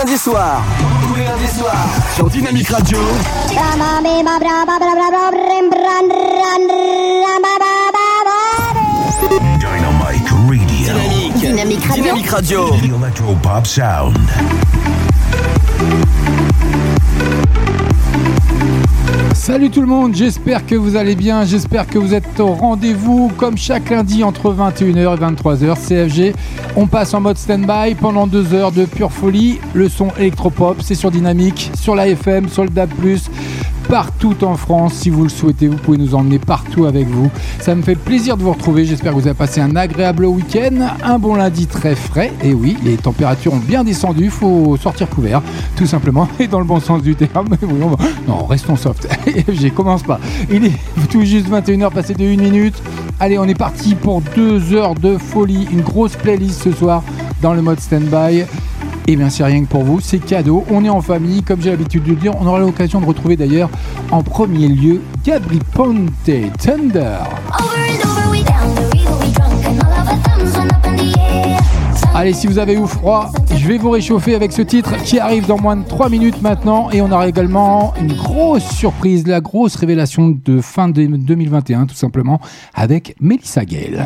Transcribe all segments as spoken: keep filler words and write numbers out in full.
lundis soirs. Tous les lundis soirs. Sur Dynamique Radio. Dynamique Radio. Dynamique. Dynamique Radio. Dynamique Radio. The Electro-Pop Sound. Salut tout le monde, j'espère que vous allez bien, j'espère que vous êtes au rendez-vous comme chaque lundi entre vingt et une heures et vingt-trois heures. C F G, on passe en mode stand-by pendant deux heures de pure folie. Le son électropop, c'est sur Dynamique, sur la F M, sur le D A B plus, partout en France. Si vous le souhaitez, vous pouvez nous emmener partout avec vous. Ça me fait plaisir de vous retrouver, j'espère que vous avez passé un agréable week-end, un bon lundi très frais. Et oui, les températures ont bien descendu, il faut sortir couvert, tout simplement, et dans le bon sens du terme. Non, restons soft. Je commence pas. Il est tout juste vingt et une heures passées de une minute. Allez, on est parti pour deux heures de folie. Une grosse playlist ce soir dans le mode stand-by. Et bien, c'est rien que pour vous, c'est cadeau. On est en famille, comme j'ai l'habitude de le dire. On aura l'occasion de retrouver d'ailleurs en premier lieu Gabry Ponte, Thunder. Allez, si vous avez eu froid, je vais vous réchauffer avec ce titre qui arrive dans moins de trois minutes maintenant. Et on aura également une grosse surprise, la grosse révélation de fin de deux mille vingt et un, tout simplement, avec Melissa Gale.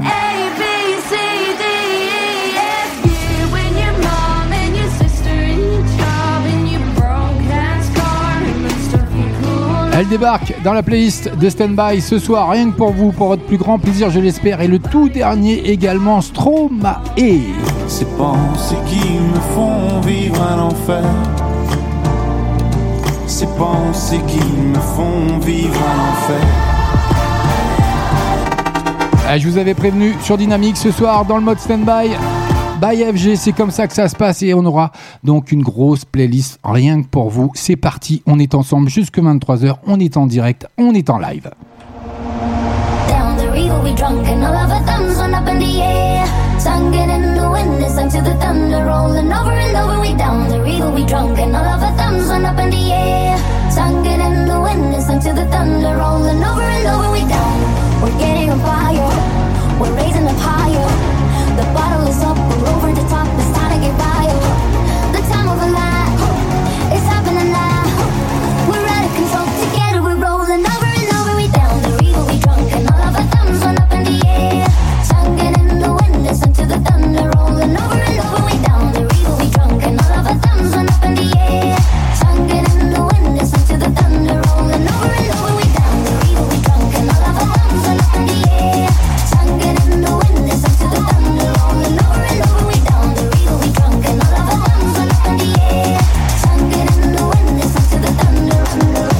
Elle débarque dans la playlist de Standby ce soir, rien que pour vous, pour votre plus grand plaisir, je l'espère. Et le tout dernier également, Stromae. Ces pensées qui me font vivre un enfer. Ces pensées qui me font vivre un enfer. Ah, je vous avais prévenu sur Dynamique ce soir dans le mode Standby. By F G, c'est comme ça que ça se passe et on aura donc une grosse playlist rien que pour vous. C'est parti, on est ensemble jusque vingt-trois heures, on est en direct, on est en live. Down the river we drunk and all of our thumbs went up in the air. Singing in the wind, listening to the thunder rolling over and over. We down the river we drunk and all of our thumbs went up in the air. Singing in the wind, listening to the thunder rolling over and over. We down, we're getting on fire, we're raising up higher. The bottle is up, we're over the top, it's time to get wild. The time of a life, it's happening now. We're out of control, together we're rolling over and over. We down the river, we drunk and all of our thumbs went up in the air. Singing in the wind, listen to the thunder rolling over and over. We down the river, we drunk and all of our thumbs went up in the air. Singing in the wind, listen to the thunder rolling over and over. We down the river, we drunk and all of our thumbs went up in the air. Singing in the wind, listen to the thunder rolling over and over. We down the river, we drunk and all of our thumbs went up in the air. Singing in the wind, listen to the thunder rolling over.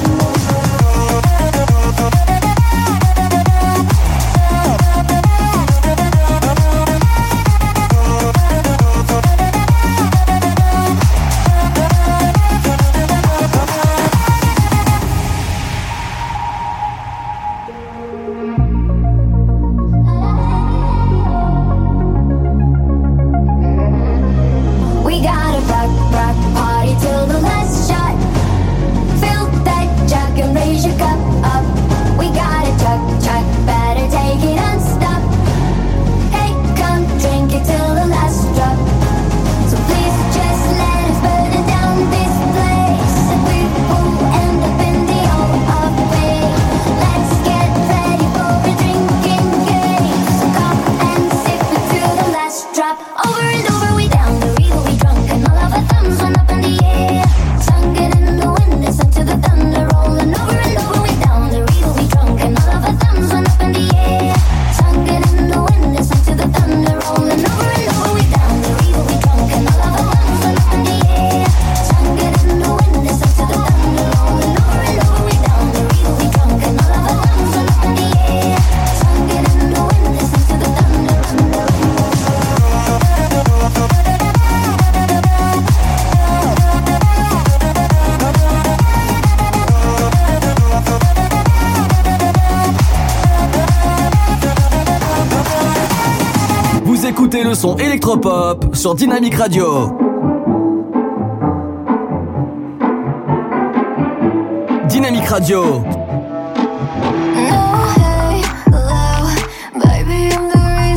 We gotta rock, rock, party till the last shot. Fill that jug and raise your cup up. We gotta chug, chug, better take it and stop. Hey, come drink it till the last drop. So please just let us burn down this place, and we will end up in the hall of fame. Let's get ready for a drinking game. So come and sip it till the last drop. Over and over we down the river, we drunk and all of our thumbs went up in the air. Singing in the wind, listen to the thunder rolling over and over. We down the river, we drunk and all of our thumbs went up in the air. Singing in the wind, listen to the thunder rolling over and over. We down the river, we drunk and all of our thumbs went up in the air. Singing in the wind, listen to the thunder rolling over and over. We down the river, we drunk and all of our thumbs went up in the air. Singing in the wind, listen to the thunder rolling over. Vous écoutez le son électropop sur Dynamique Radio. Dynamique Radio.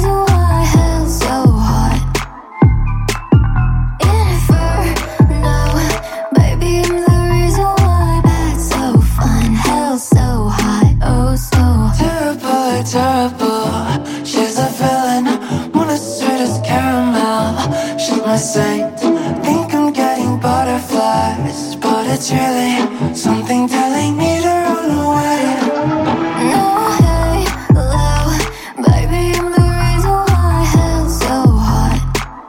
No eyes, but it's really something telling me to run away. No, hey, low, baby, I'm the reason why hell's so hot.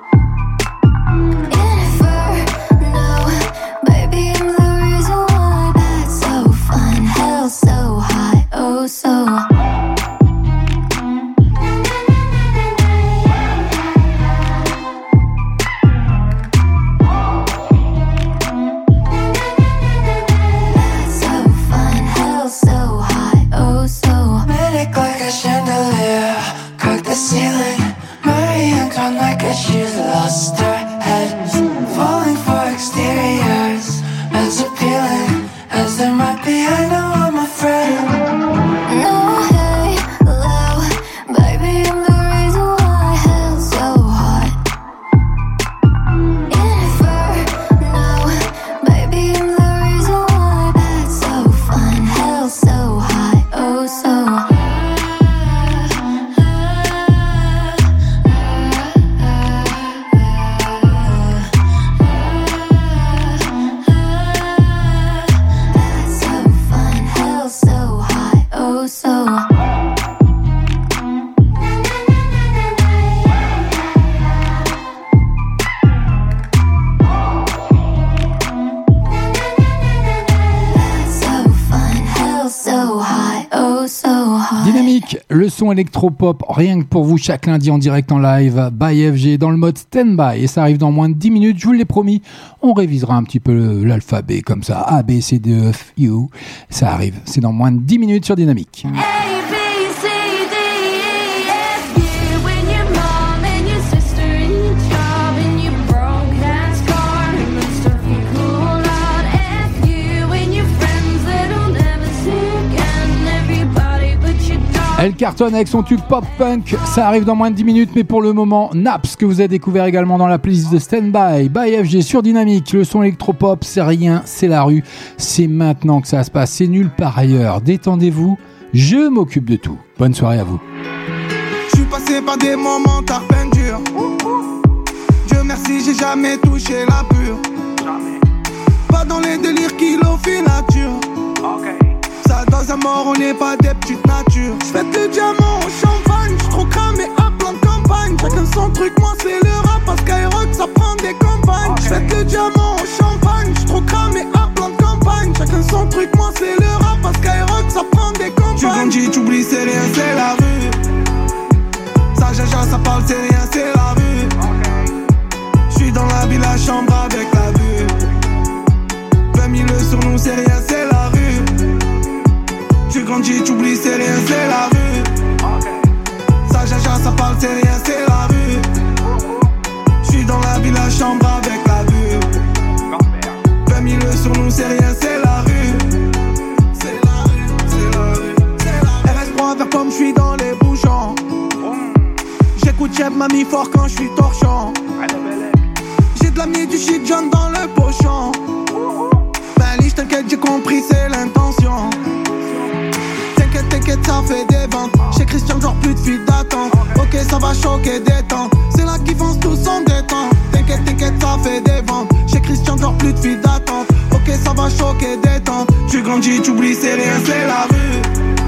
Inferno, baby, I'm the reason why that's so fun. Hell's so hot, oh so hot. She's lost her head, falling for exteriors, as appealing as they might be. I know I'm afraid. No, hey, low, baby, I'm the reason why hell's so hot. Inferno, baby, I'm the reason why that's so fun. Hell's so hot, oh so hot. Dynamique, le son électropop, rien que pour vous, chaque lundi en direct en live, by F G, dans le mode stand-by. Et ça arrive dans moins de dix minutes, je vous l'ai promis. On révisera un petit peu l'alphabet comme ça, A, B, C, D, F, U. Ça arrive, c'est dans moins de dix minutes sur Dynamique. Elle cartonne avec son tube pop-punk, ça arrive dans moins de dix minutes, mais pour le moment, Naps, que vous avez découvert également dans la playlist de Standby, by F G sur Dynamique. Le son électropop, c'est rien, c'est la rue, c'est maintenant que ça se passe, c'est nulle part ailleurs. Détendez-vous, je m'occupe de tout. Bonne soirée à vous. Je suis passé par des moments à peine durs. Dieu merci, j'ai jamais touché la pure. Pas dans les délires kilophile nature. Ça dans un mort, on n'est pas des petites natures. J'fête le diamant au champagne, j'suis trop cramé à plein de campagne. Chacun son truc, moi c'est le rap, parce qu'Aerox ça prend des campagnes. J'fête le diamant au champagne, j'suis trop cramé à plein de campagne. Chacun son truc, moi c'est le rap, parce qu'Aerox ça prend des campagnes. Tu grandis, t'oublies, c'est rien, c'est la rue. Ça jaja, ça parle, c'est rien, c'est la rue. J'suis dans la ville, la chambre avec la vue. vingt mille sur nous, c'est rien, c'est la rue. Tu grandis, tu oublies, c'est rien, c'est la rue. Ça jaja, ça parle, c'est rien, c'est la rue. J'suis dans la ville, la chambre avec la vue. vingt mille sur nous, c'est rien, c'est la rue. C'est la rue, c'est la rue, c'est la rue. R S trois vers comme j'suis dans les bouchons. J'écoute Cheb, mamie fort quand j'suis torchant. J'ai de la mie, du shit, John dans le pochon. Ben liche, t'inquiète, j'ai compris, c'est l'intention. T'inquiète, t'inquiète, ça fait des ventes. Chez Christian, genre plus de file d'attente. Ok, ça va choquer, détente. C'est là qu'ils foncent tous en détente. T'inquiète, t'inquiète, ça fait des ventes. Chez Christian, genre plus de file d'attente. Ok, ça va choquer, détente. Tu grandis, tu oublies, c'est rien, c'est la rue.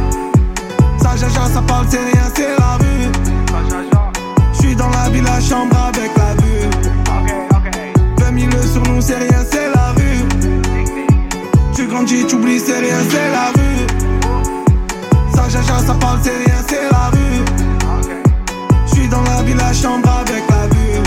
Ça jaja, ça parle, c'est rien, c'est la rue. J'suis dans la ville, la chambre avec la vue. vingt mille sur nous, c'est rien, c'est la rue. Tu grandis, tu oublies, c'est rien, c'est la rue. Ça jaja, ça parle, c'est rien, c'est la rue. J'suis dans la ville, la chambre avec la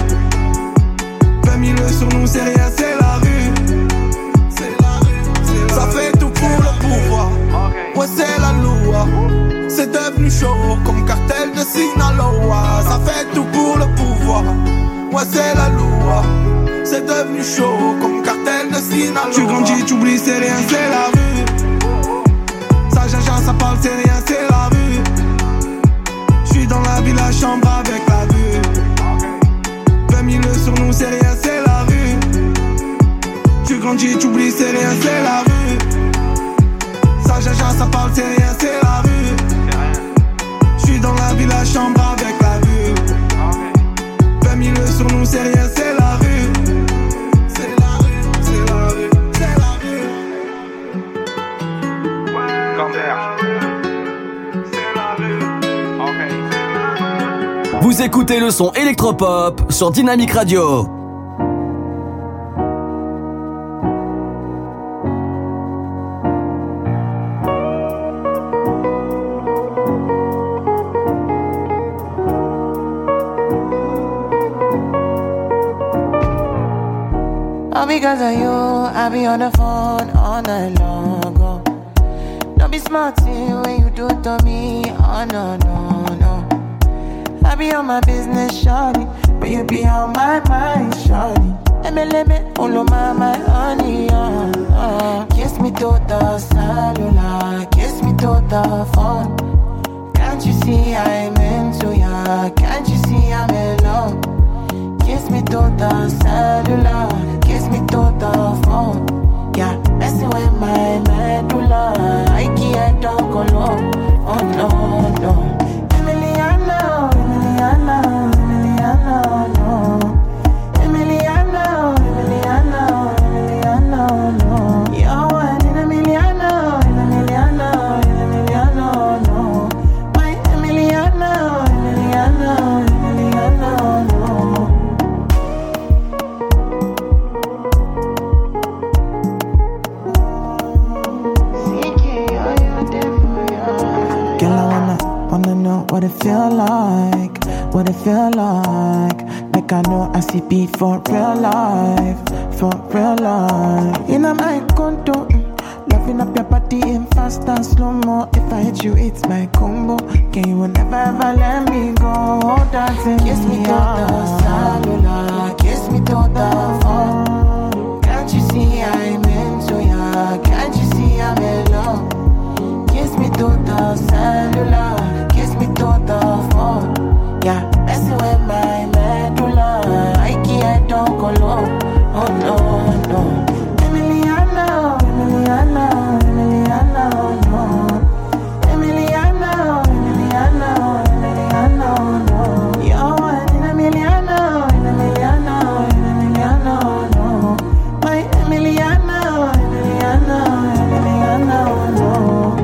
vue. vingt mille sur nous, c'est rien, c'est la rue. C'est la rue, c'est la rue. Ça fait tout pour le pouvoir. Ouais, c'est la loi. C'est devenu chaud comme cartel de Sinaloa. Ça fait tout pour le pouvoir. Ouais, c'est la loi. C'est devenu chaud comme cartel de Sinaloa. Tu grandis, tu oublies, c'est rien, c'est la rue. Ça jaja, ça parle, c'est rien, c'est la rue. J'suis dans la ville, la chambre avec la vue. vingt mille sur nous, c'est rien, c'est la rue. Tu grandis, tu oublies, c'est rien, c'est la rue. Ça jaja, ça parle, c'est rien, c'est la rue. J'suis dans la ville, la chambre avec la vue. vingt mille sur nous, c'est rien, c'est la rue. C'est la rue, c'est la rue. écoutez le son électropop sur Dynamic Radio. All because of you, I be on the phone all night long. Oh. Don't be smart when you do it to me. Oh no, no, no. I be on my business, shawty, but you be on my mind, shawty. Let me, let me, all of my, my honey, uh, uh. Kiss me to the cellular, kiss me to the phone. Can't you see I'm into ya? Can't you see I'm in love? Kiss me to the cellular, kiss me to the phone. Yeah, messing with my medulla, I can't talk alone. Oh no, no. Emiliano, Emiliano, Emiliano, no. Emiliano, Emiliano, Emiliano, no. You're one in a Emiliano, in Emiliano, in Emiliano, no. My Emiliano, Emiliano, Emiliano, no. Wanna know what it feel like, what it feel like. Like I know I see beat for real life, for real life. In my condo, mm, loving up your body in fast and slow mo. If I hit you, it's my combo. Can you never ever let me go? Dancing, kiss me to the cellular, kiss me to the phone. Can't you see I'm into ya? Can't you see I'm in love? Kiss me to the cellular, kiss me to the phone. Yeah, messing with my medulla, I can't talk alone. Oh no, no. Emiliano, Emiliano, Emiliano, no. Emiliano, Emiliano, Emiliano, no. You're one in Emiliano, in Emiliano, in Emiliano, no. My Emiliano, Emiliano, Emiliano, no.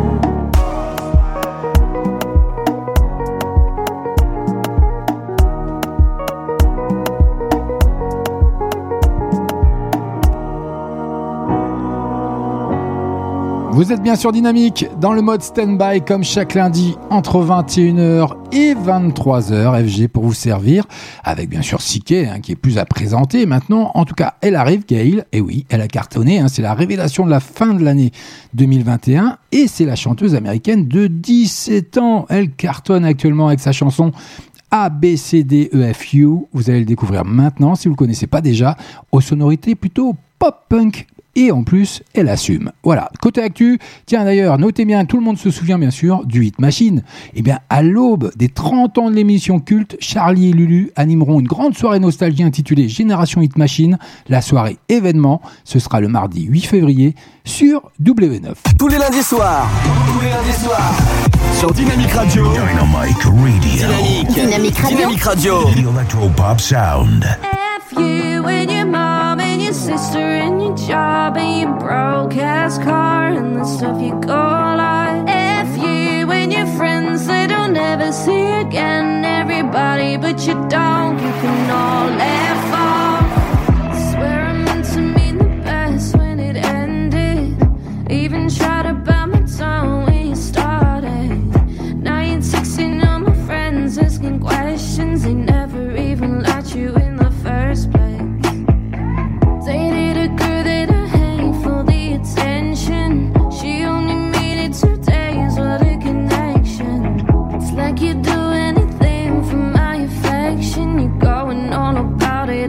Vous êtes bien sur Dynamique, dans le mode stand-by, comme chaque lundi, entre vingt et une heures et vingt-trois heures, F G pour vous servir, avec bien sûr Siké, hein, qui est plus à présenter maintenant. En tout cas, elle arrive, Gail, et oui, elle a cartonné, hein, c'est la révélation de la fin de l'année deux mille vingt et un, et c'est la chanteuse américaine de dix-sept ans. Elle cartonne actuellement avec sa chanson A B C D E F U. Vous allez le découvrir maintenant, si vous ne le connaissez pas déjà, aux sonorités plutôt pop-punk. Et en plus, elle assume. Voilà, côté actu, tiens d'ailleurs, notez bien, tout le monde se souvient bien sûr du Hit Machine. Eh bien, à l'aube des trente ans de l'émission culte, Charlie et Lulu animeront une grande soirée nostalgie intitulée Génération Hit Machine. La soirée événement, ce sera le mardi huit février sur W neuf. Tous les lundis soirs, tous les lundis soirs, sur Dynamic Radio. Dynamic Radio. Dynamic, Dynamic Radio. Dynamic Radio. The Electropop Sound. F you and your mom and your sister and your job and your broke ass car and the stuff you go like. F you and your friends that you'll never see again. Everybody but your dog, you can all laugh off. Swear I meant to mean the best when it ended. Even tried to bite my tongue when you started. Now you're texting all my friends asking questions. They never even liked you in the first place. Dated a girl that I hate for the attention. She only made it two days, what a connection. It's like you'd do anything for my affection. You're going all about it.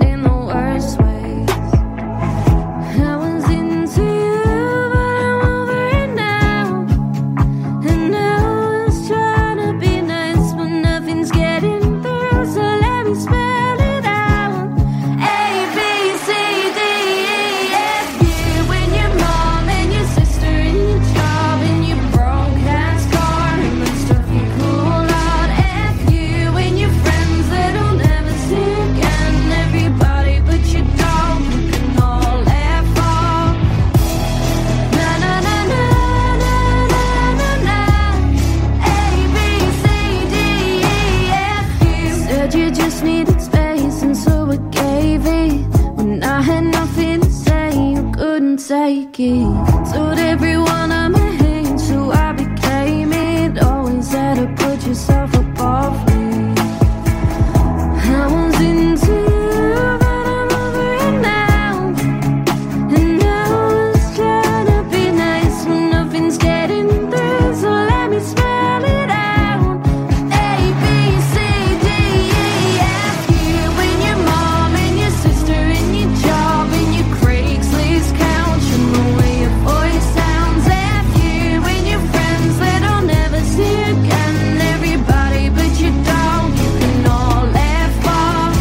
take it. Told everyone I'm a hand, so I became it. Always had to put yourself above me. I was into you, but I'm over it now. And I was trying to be nice when nothing's getting through, so let me spell it out. A, B, C, D, E, F, you and your mom and your sister and your job and your Craigslist couch and the way your voice sounds. F, you and your friends that I'll never see again. Everybody but your dog, you can all laugh off.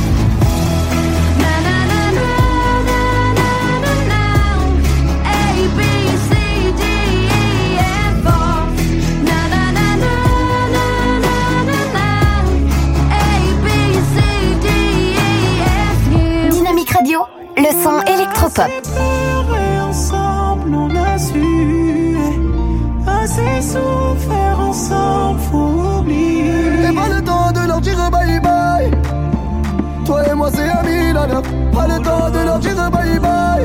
Na na na na na na na na. A, B, C, D, E, F off. Na na na na na na na na. A, B, C, D, E, F you. Dynamique Radio, le son électropop. Et ensemble on a su assez souffert ensemble, faut oublier. Et pas le temps de leur dire bye bye. Toi et moi c'est amis là là. Pas le temps de leur dire bye bye.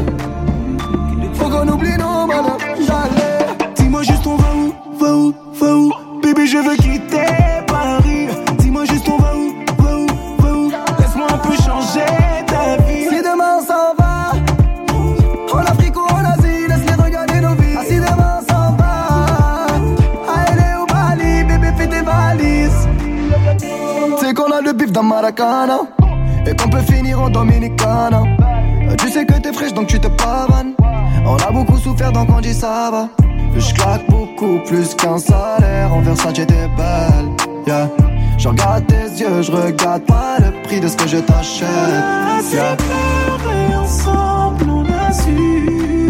Faut qu'on oublie nos malheurs. J'allais. Dis-moi juste on va où, va où, va où. Bébé je veux quitter Paris. Dis-moi juste on va où, va où, va où. Laisse-moi un peu changer ta vie. Si demain on s'en va, en Afrique ou en Asie, laisse-les regarder nos vies. Ah, si demain on s'en va, à L A ou Bali, bébé fais tes valises. C'est qu'on a le bif dans Maracana et qu'on peut finir en Dominicana. Tu sais que t'es fraîche donc tu te pavanes. On a beaucoup souffert donc on dit ça va. Je claque beaucoup plus qu'un salaire. En Versace t'es belle, yeah. Je regarde tes yeux, je regarde pas le prix de ce que je t'achète, yeah. Et ensemble on a su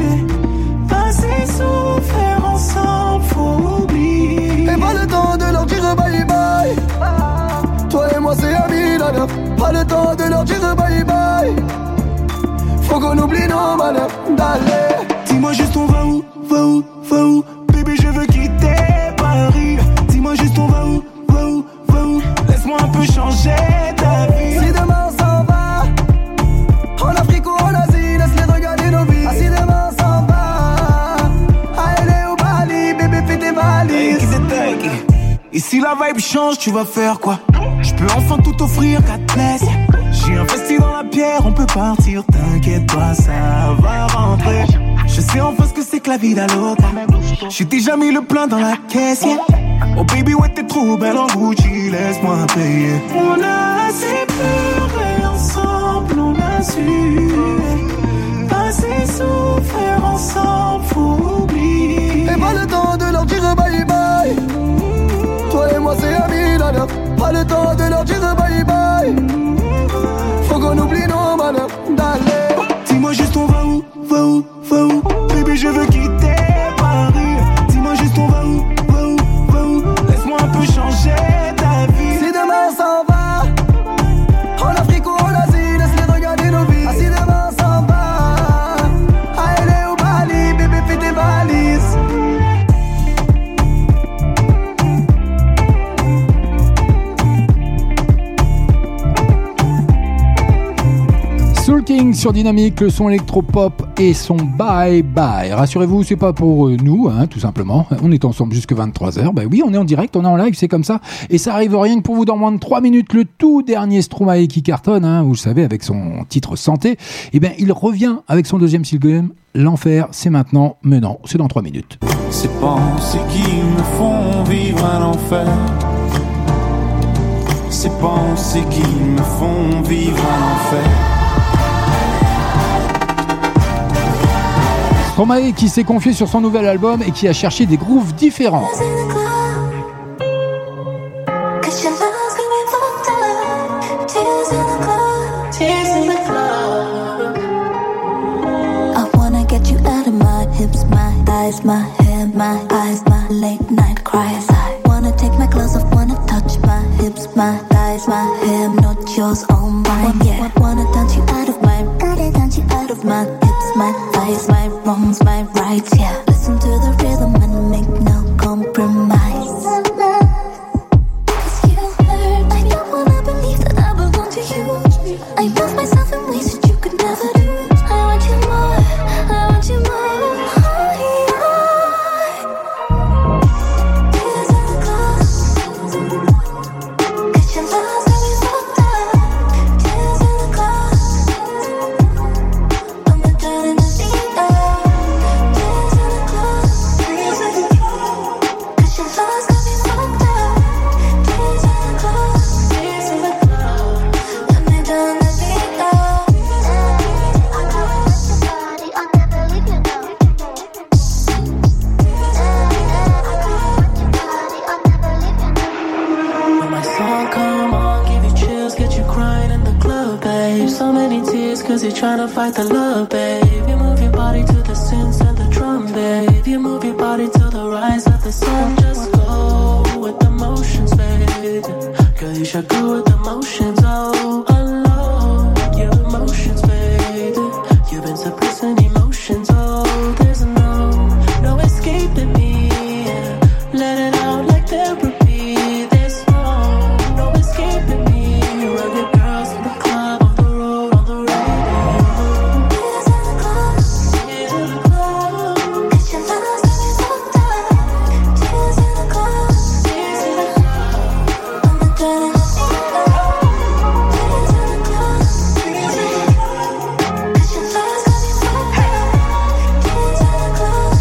assez souffert ensemble, faut oublier. Et pas le temps de leur dire bye bye. Toi et moi c'est amis là là. Pas le temps de leur dire bye bye. Faut qu'on oublie nos malheurs, d'aller. Dis-moi juste on va où, va où, va où. Bébé je veux quitter Paris. Dis-moi juste on va où, va où, va où. Laisse-moi un peu changer ta vie. Si demain on s'en va, en Afrique ou en Asie, laisse-les regarder nos vies. Ah, si demain on s'en va, à L A ou Bali, bébé fais tes valises. Et si la vibe change, tu vas faire quoi? Je peux enfin tout offrir, God bless. J'ai investi dans la pierre, on peut partir, t'inquiète pas, ça va rentrer. Je sais enfin ce que c'est que la vie à l'autre. J'ai déjà mis le plein dans la caisse, yeah. Oh baby, ouais t'es trop belle en Gucci, laisse-moi payer. On a assez pleuré ensemble, on a su assez souffert ensemble, faut oublier. Et pas le temps de leur dire bye bye. Toi et moi c'est amis là là. Pas le temps de leur dire bye bye. Faut qu'on oublie nos malheurs, d'aller. Dis-moi juste on va où, va où, va où. Bébé je veux quitter Paris. Dis-moi juste on va où, va où, va où. Laisse-moi un peu changer ta vie. Si demain on s'en va, en Afrique ou en Asie, laisse-les regarder nos vies. Ah, si demain on s'en va, à L A ou Bali, bébé fais tes valises. Soul King sur Dynamique, le son électropop et son bye bye. Rassurez-vous, c'est pas pour nous, hein, tout simplement. On est ensemble jusque vingt-trois heures. Bah oui, on est en direct, on est en live, c'est comme ça. Et ça arrive rien que pour vous dans moins de trois minutes. Le tout dernier Stromae qui cartonne, hein, vous le savez, avec son titre Santé. Et bien, il revient avec son deuxième single, L'Enfer. C'est maintenant, mais non, c'est dans trois minutes. Ces pensées qui me font vivre un enfer. Ces pensées qui me font vivre un enfer. Stromae qui s'est confié sur son nouvel album et qui a cherché des grooves différents. Hips, my thighs, my hair, my eyes, my late night cries. I wanna take my clothes off, wanna touch my hips, my thighs, my hair, not yours, all mine. Yeah, wanna dance you out of my, gotta dance you out of my hips, my thighs, my wrongs, my rights. Yeah, listen to the rhythm and make no compromise. Cause you hurt, I don't wanna believe that I belong to you. I love myself in ways that you could never do. I want you more, I want you more. tryna fight the love, babe. You move your body to the synths and the drum, babe. You move your body to the rise of the sun. Just go with the motions, babe. Girl, you should go with the motions, oh. Unload your emotions, babe. You've been suppressing emotions, oh. There's no, no escaping me. Let it out like therapy. There's no, no escaping me. Rugged girls in the club, on the road, on the radio. Tears in the clothes, tears in the clothes. 'Cause your love's got me so dark. Tears in the clothes, tears in the clothes. I'm the dirty. Tears in the clothes, tears in the clothes. 'Cause your love's got me so dark. Tears in the clothes.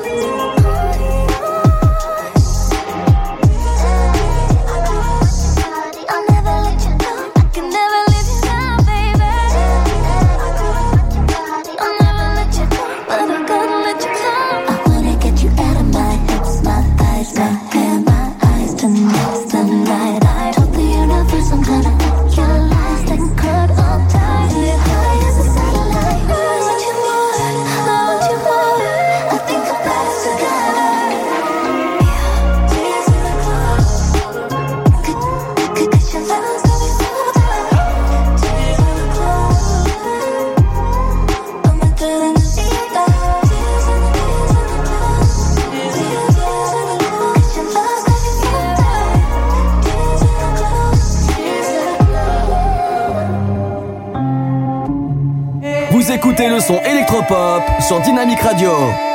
I'll never let you down. I can never leave you down, baby. I'll never let you go, but I'm gonna let you go. I wanna get you out of my hips, my thighs, my hair, my eyes. Tonight, tonight, I told the universe I'm gonna make your lies that could all die. You're high as a satellite. I want you more, I want you more. I think about us together. Tears in the clothes. Cause your love's got me so dark. Tears in the clothes. I'm addicted to see that. Tears in the tears in the clothes. Tears in the clothes. Cause your love's got me so dark. Tears in the clothes. Tears in the clothes. Vous écoutez le son électropop sur Dynamic Radio.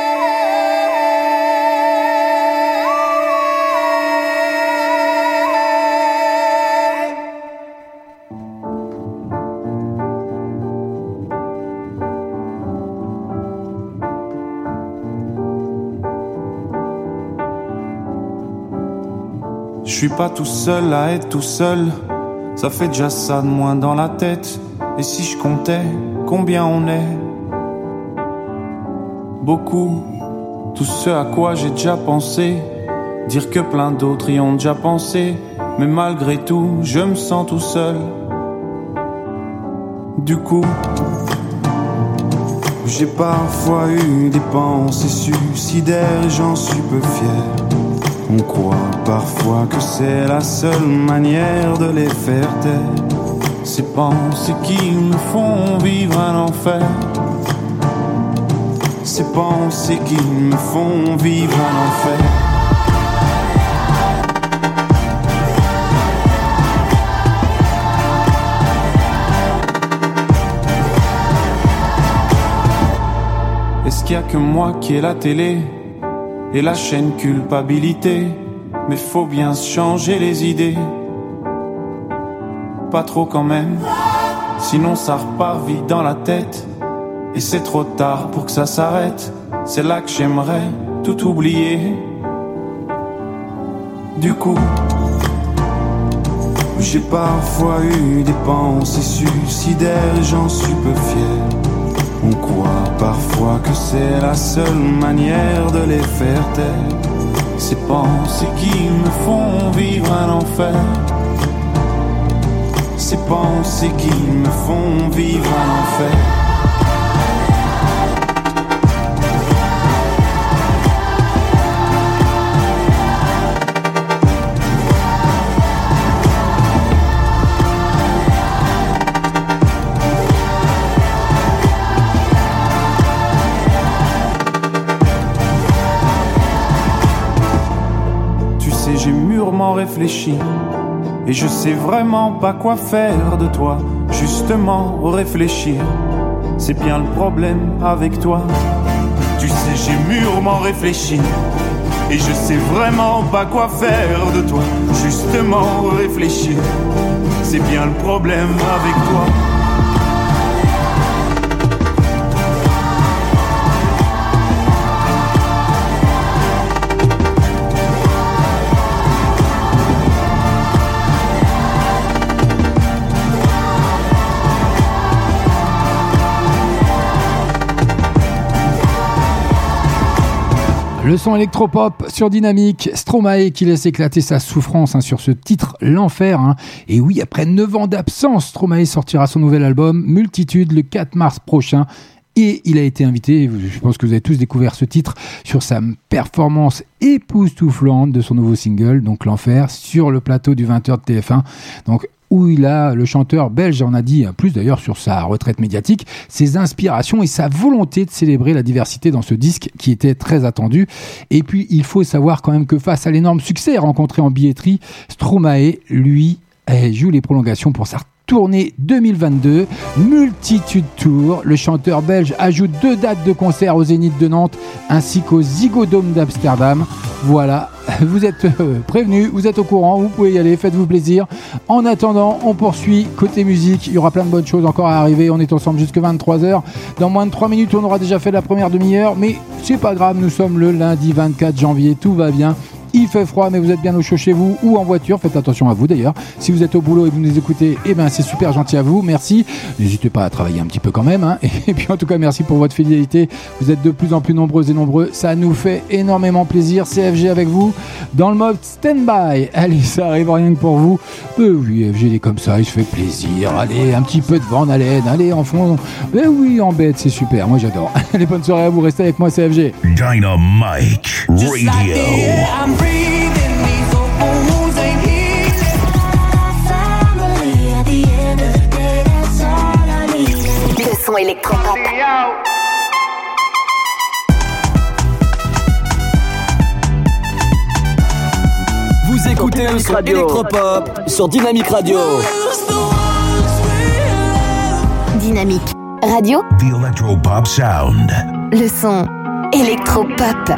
Je suis pas tout seul à être tout seul, ça fait déjà ça de moins dans la tête. Et si je comptais combien on est? Beaucoup, tout ce à quoi j'ai déjà pensé, dire que plein d'autres y ont déjà pensé. Mais malgré tout, je me sens tout seul. Du coup, j'ai parfois eu des pensées suicidaires et j'en suis peu fier. On croit parfois que c'est la seule manière de les faire taire. Ces pensées qui me font vivre un enfer. Ces pensées qui me font vivre un enfer. Est-ce qu'il y a que moi qui ai la télé et la chaîne culpabilité? Mais faut bien se changer les idées. Pas trop quand même, sinon ça repart vite dans la tête. Et c'est trop tard pour que ça s'arrête. C'est là que j'aimerais tout oublier. Du coup, j'ai parfois eu des pensées suicidaires et j'en suis peu fier. On croit parfois que c'est la seule manière de les faire taire. Ces pensées qui me font vivre un enfer. Ces pensées qui me font vivre un enfer. J'ai mûrement réfléchi et je sais vraiment pas quoi faire de toi. Justement réfléchir, c'est bien le problème avec toi. Tu sais, j'ai mûrement réfléchi et je sais vraiment pas quoi faire de toi. Justement réfléchir, c'est bien le problème avec toi. Le son électropop sur Dynamique, Stromae qui laisse éclater sa souffrance hein, sur ce titre, L'Enfer. Hein. Et oui, après neuf ans d'absence, Stromae sortira son nouvel album, Multitude, le quatre mars prochain. Et il a été invité, je pense que vous avez tous découvert ce titre, sur sa performance époustouflante de son nouveau single, donc L'Enfer, sur le plateau du vingt heures de T F un. Donc, où il a, le chanteur belge en a dit plus d'ailleurs sur sa retraite médiatique, ses inspirations et sa volonté de célébrer la diversité dans ce disque qui était très attendu. Et puis il faut savoir quand même que face à l'énorme succès rencontré en billetterie, Stromae, lui, joue les prolongations pour sa tournée deux mille vingt-deux, Multitude Tour. Le chanteur belge ajoute deux dates de concert au Zénith de Nantes ainsi qu'au Ziggo Dome d'Amsterdam. Voilà, vous êtes euh, prévenus, vous êtes au courant, vous pouvez y aller, faites-vous plaisir. En attendant, on poursuit côté musique, il y aura plein de bonnes choses encore à arriver, on est ensemble jusqu'à vingt-trois heures. Dans moins de trois minutes, on aura déjà fait la première demi-heure, mais c'est pas grave, nous sommes le lundi vingt-quatre janvier, tout va bien. Il fait froid, mais vous êtes bien au chaud chez vous ou en voiture. Faites attention à vous d'ailleurs. Si vous êtes au boulot et que vous nous écoutez, eh ben c'est super gentil à vous. Merci. N'hésitez pas à travailler un petit peu quand même. Hein. Et puis en tout cas, merci pour votre fidélité. Vous êtes de plus en plus nombreux et nombreux. Ça nous fait énormément plaisir. C F G avec vous dans le mode stand-by. Allez, ça arrive rien que pour vous. Euh, oui, F G il est comme ça, il se fait plaisir. Allez, un petit peu de vent en haleine. Allez, en fond. Mais oui, en bête, c'est super. Moi j'adore. Allez, bonne soirée à vous. Restez avec moi, C F G. Dynamic Radio. Breathing, these open wounds ain't healing. Family at the end of the day, that's all I need. Le son électropop. Vous écoutez le son électropop sur Dynamique Radio. Dynamique Radio. The Electropop Sound. Le son électropop.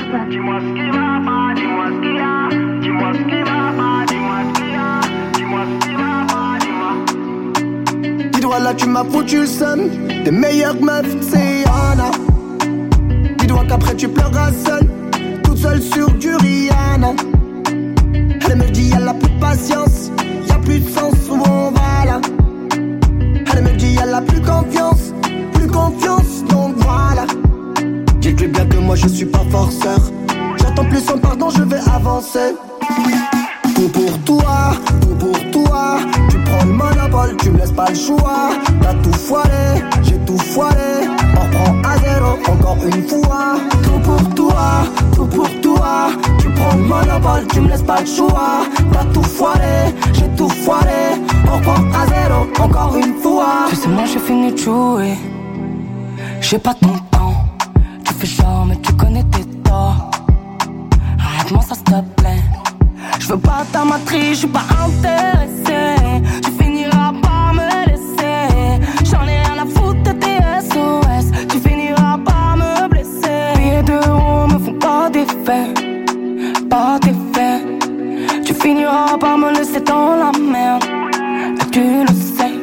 Dis-toi là tu m'as foutu le seum. Tes meilleures meufs c'est Yana. Dis-toi qu'après tu pleuras seule, toute seule sur du Rihanna. Elle me dit elle a plus de patience, y'a plus de sens où on va là. Elle me dit elle a plus confiance, plus confiance donc voilà. Dites-lui bien que moi je suis pas forceur. J'attends plus son pardon, je vais avancer. Tout pour toi, tout pour toi. Tu prends le monopole, tu me laisses pas le choix. T'as tout foiré, j'ai tout foiré. On reprend à zéro, encore une fois. Tout pour toi, tout pour toi. Tu prends le monopole, tu me laisses pas le choix. T'as tout foiré, j'ai tout foiré. On reprend à zéro, encore une fois. Tu sais moi j'ai fini de jouer. J'ai pas ton temps. Tu fais genre mais tu connais tes torts. Arrête-moi ça s'il te plaît. Je veux pas ta matrice, je suis pas intéressé. Tu finiras par me laisser. J'en ai rien à foutre de tes S O S. Tu finiras par me blesser. Billets d'euros me font pas d'effet, pas d'effet. Tu finiras par me laisser dans la merde. Et tu le sais.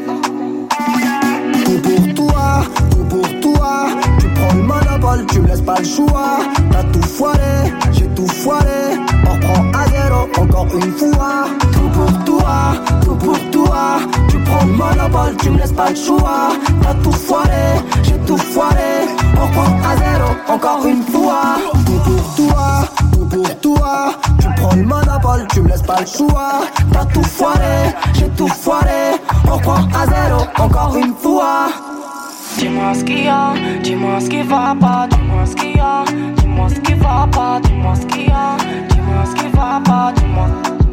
Tout pour toi, tout pour toi. Tu prends le monopole, tu me laisses pas le choix. T'as tout foiré, j'ai tout foiré. On reprend à zéro, encore une fois. Tout pour toi, tout pour toi. Tu prends le monopole, tu me laisses pas le choix. T'as tout foiré, j'ai tout foiré. On reprend à zéro, encore une fois. Tout pour toi, tout pour toi. Tu prends le monopole, tu me laisses pas le choix. T'as tout foiré, j'ai tout foiré. On reprend à zéro, encore une fois. Dis-moi ce qu'il y a, dis-moi ce qui va pas, dis-moi ce qu'il y a, dis-moi ce qui va pas, dis-moi ce qu'il y a, dis-moi ce qui va pas, dis-moi.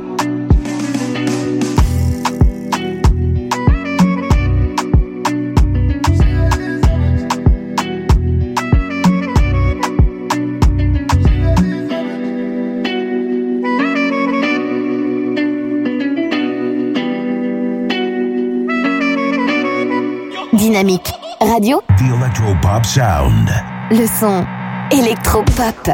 Dynamique Radio. The Electropop Sound. Le son électropop.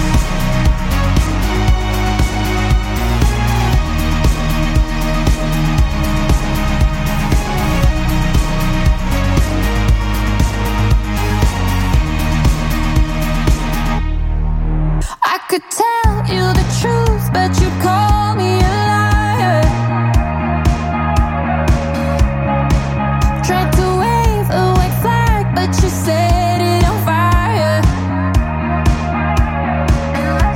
I could tell you the truth, but you call me a liar. Tried to wave a white flag, but you set it on fire.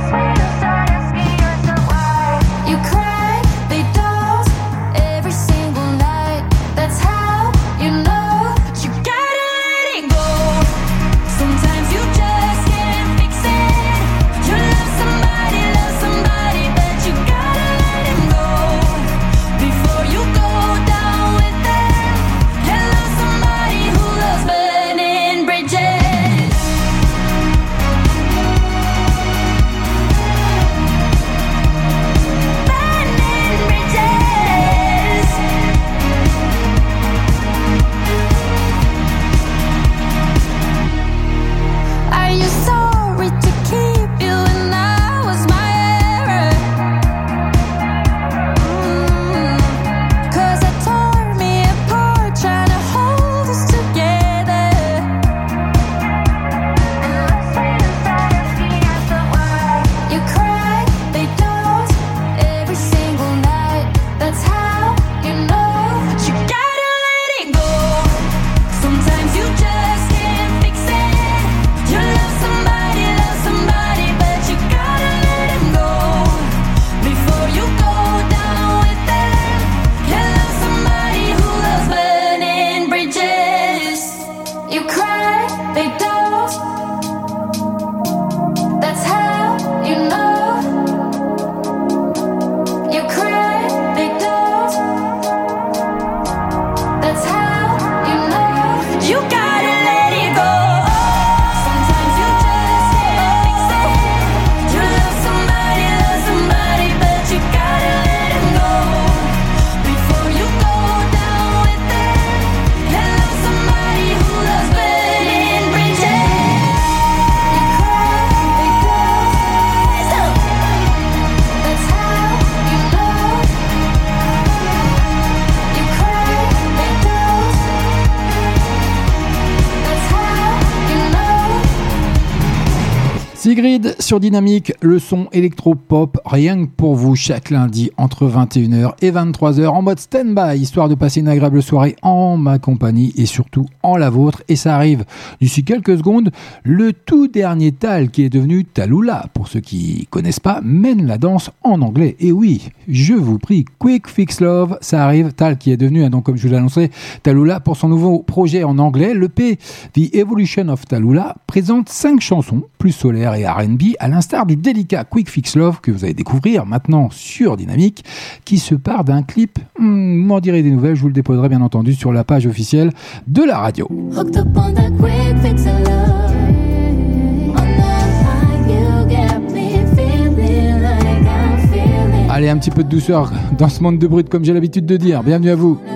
Sigrid sur Dynamique, le son électro-pop, rien que pour vous, chaque lundi entre vingt et une heures et vingt-trois heures en mode stand-by, histoire de passer une agréable soirée en ma compagnie et surtout en la vôtre. Et ça arrive d'ici quelques secondes, le tout dernier Tal qui est devenu Tallulah. Pour ceux qui connaissent pas, mène la danse en anglais. Et oui, je vous prie, Quick Fix Love, ça arrive. Tal qui est devenu, donc comme je vous l'ai annoncé, Tallulah pour son nouveau projet en anglais. Le P, The Evolution of Tallulah, présente cinq chansons, plus solaires et R and B, à l'instar du délicat Quick Fix Love que vous allez découvrir maintenant sur Dynamique, qui se part d'un clip, hmm, vous m'en direz des nouvelles, je vous le déposerai bien entendu sur la page officielle de la radio. Allez, un petit peu de douceur dans ce monde de brut comme j'ai l'habitude de dire. Bienvenue à vous.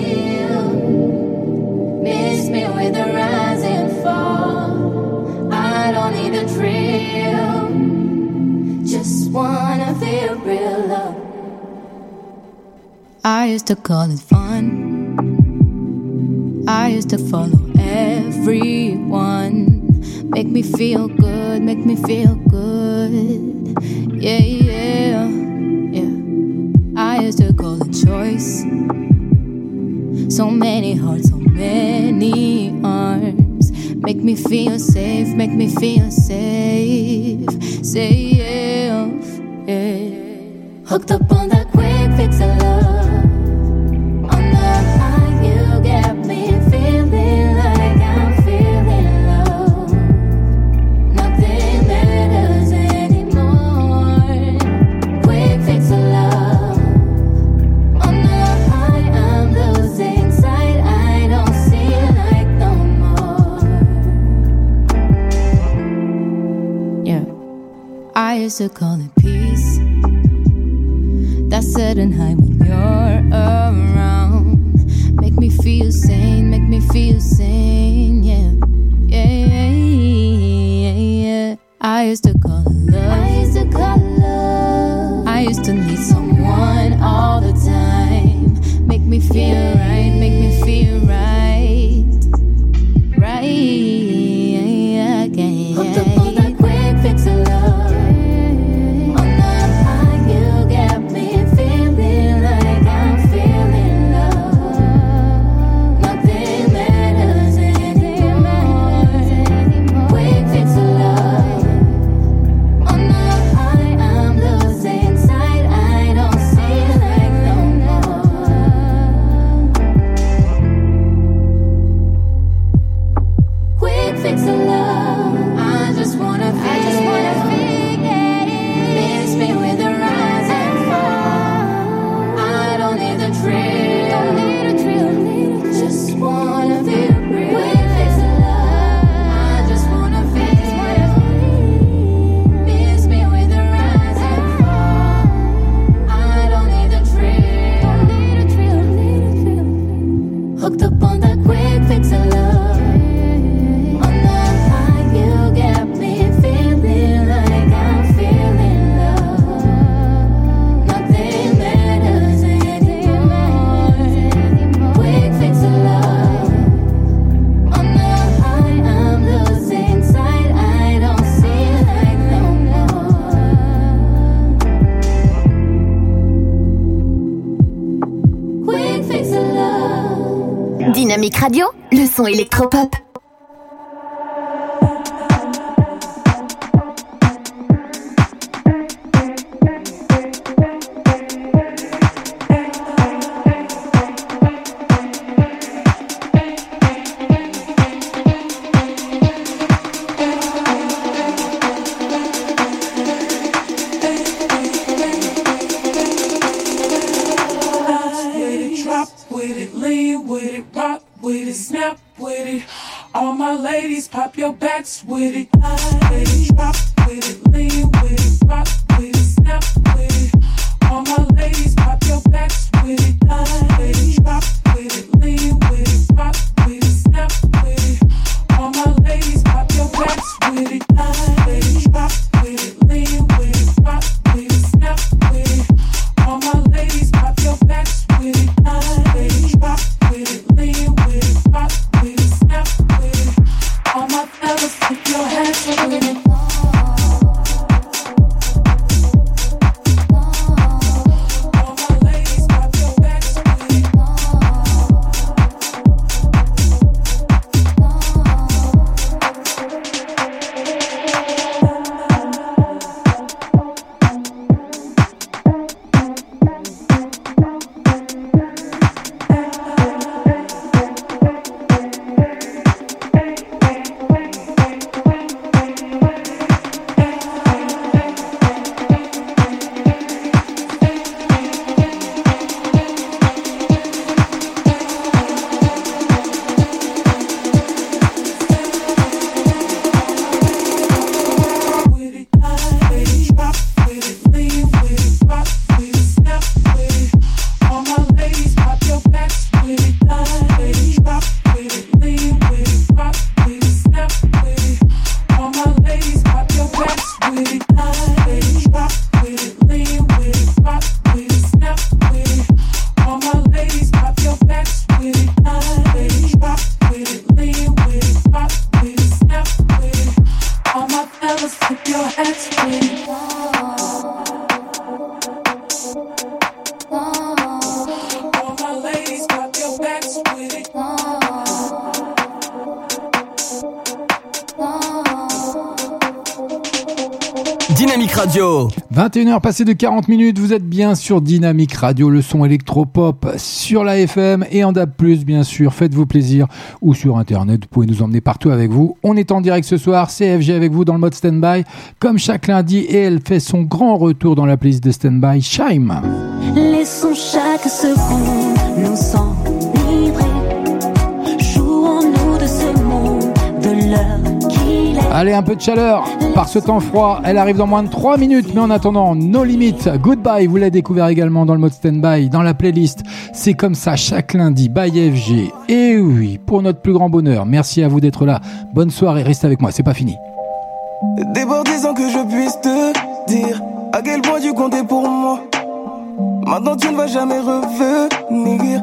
I used to call it fun. I used to follow everyone. Make me feel good, make me feel good. Yeah, yeah, yeah. I used to call it choice. So many hearts, so many arms. Make me feel safe, make me feel safe. Safe, yeah. Hooked up on that quick fix of love. I used to call it peace. That sudden high when you're around. Make me feel sane, make me feel sane, yeah. Yeah, yeah, yeah, yeah. I used to call it love. I used to call it love. I used to need someone all the time. Make me feel right, make me feel right. Right, yeah, yeah. Hooked up on that quick fix of love. Dynamique Radio, le son électropop. With it, with it, drop with it, lean with it, rock with it, snap with it. All my ladies, pop your backs with it, with it, drop with it, lean with it, rock with it, snap with it. All my ladies, pop your backs with it, with it, drop with it, lean with it, rock with it, snap with it. All my ladies, pop your backs with it, with it, drop with it, lean with it, rock with it, snap with it. All my fellas, put your hands with it. your heads with it. All my ladies, pop your backs with it. Dynamique Radio. vingt et une heures passées de quarante minutes, vous êtes bien sur Dynamique Radio, le son électropop sur la F M et en D A B plus, bien sûr. Faites-vous plaisir, ou sur internet, vous pouvez nous emmener partout avec vous. On est en direct ce soir, C F G avec vous dans le mode stand-by, comme chaque lundi, et elle fait son grand retour dans la playlist de stand-by, Shime. Laissons chaque seconde nous s'enivrer. Jouons-nous de ce monde, de l'heure qu'il est. Allez, un peu de chaleur par ce temps froid. Elle arrive dans moins de trois minutes, mais en attendant, No Limit, Goodbye, vous l'avez découvert également dans le mode stand-by, dans la playlist. C'est comme ça chaque lundi, by F G. Et oui, pour notre plus grand bonheur. Merci à vous d'être là. Bonne soirée, restez avec moi, c'est pas fini. Débordé sans que je puisse te dire à quel point tu comptais pour moi. Maintenant tu ne vas jamais revenir.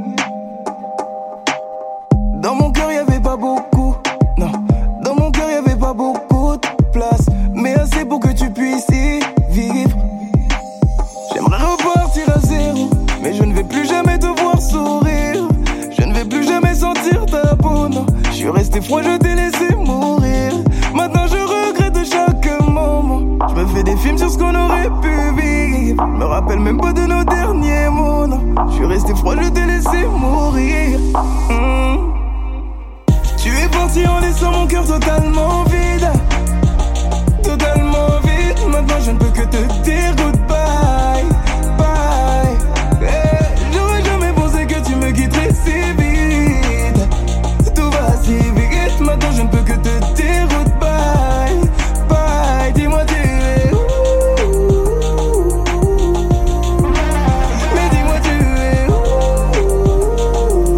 Dans mon cœur y'avait pas beaucoup, non. Dans mon cœur y'avait pas beaucoup de place, mais assez pour que tu puisses y vivre. J'aimerais repartir à zéro, mais je ne vais plus jamais te voir sourire. Je ne vais plus jamais sentir ta peau, non. Je suis resté froid, je t'ai laissé mourir. Maintenant je regrette chaque moment. Je me fais des films sur ce qu'on aurait pu vivre. Je me rappelle même pas de nos derniers mots, non. Je suis resté froid, je t'ai laissé mourir. mmh. Tu es parti en laissant mon cœur totalement vide. Totalement vide. Maintenant je ne peux que te dire goodbye. Bye. Hey, j'aurais jamais pensé que tu me quitterais si vite. Tout va si vite. Maintenant je ne peux que te dire goodbye. Bye. Dis-moi tu es où? Mais dis-moi tu es où?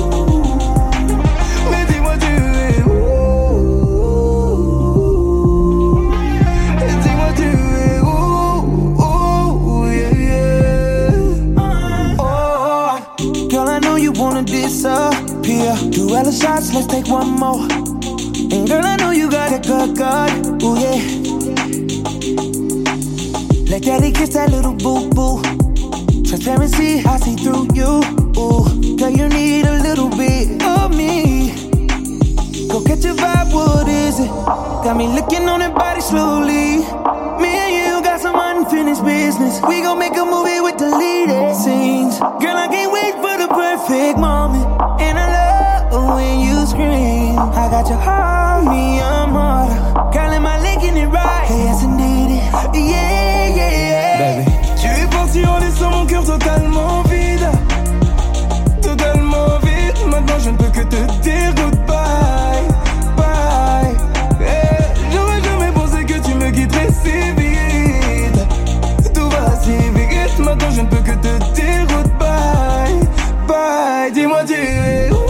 Mais dis-moi tu es où? Dis-moi tu es où? Oh, yeah, yeah. Oh, girl, I know you wanna disappear. Two other shots, let's take one more. And girl, I know you got that good, good. Ooh, yeah. Let daddy kiss that little boo-boo. Transparency, I see through you. Ooh, girl, you need a little bit of me. Go catch a vibe, what is it? Got me looking on that body slowly. Me and you got some unfinished business. We gon' make a movie with deleted scenes. Girl, I can't wait for the perfect moment. And I love when you scream. I got your heart, me, I'm harder. Girl, am I linking it right? Yes, indeed. Yeah, yeah, yeah. Baby. Tu es parti en laissant mon cœur totalement vide. Totalement vide. Maintenant je ne peux que te dire goodbye. Bye. Hey, j'aurais jamais pensé que tu me quitterais si vite. Tout va si vite. Maintenant je ne peux que te dire goodbye. Bye. Dis-moi tu es où?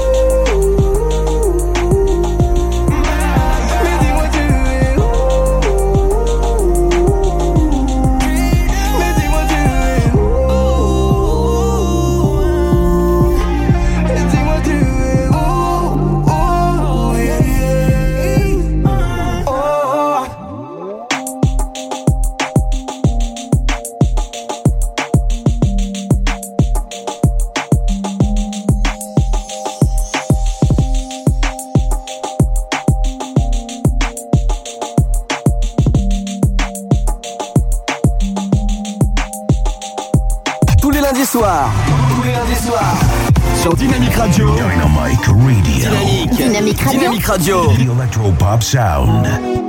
Soir. Tous les lundis soirs. Sur Dynamique Radio. Dynamique Radio. Dynamique. Dynamique Radio. Dynamique Radio. The Electropop Sound.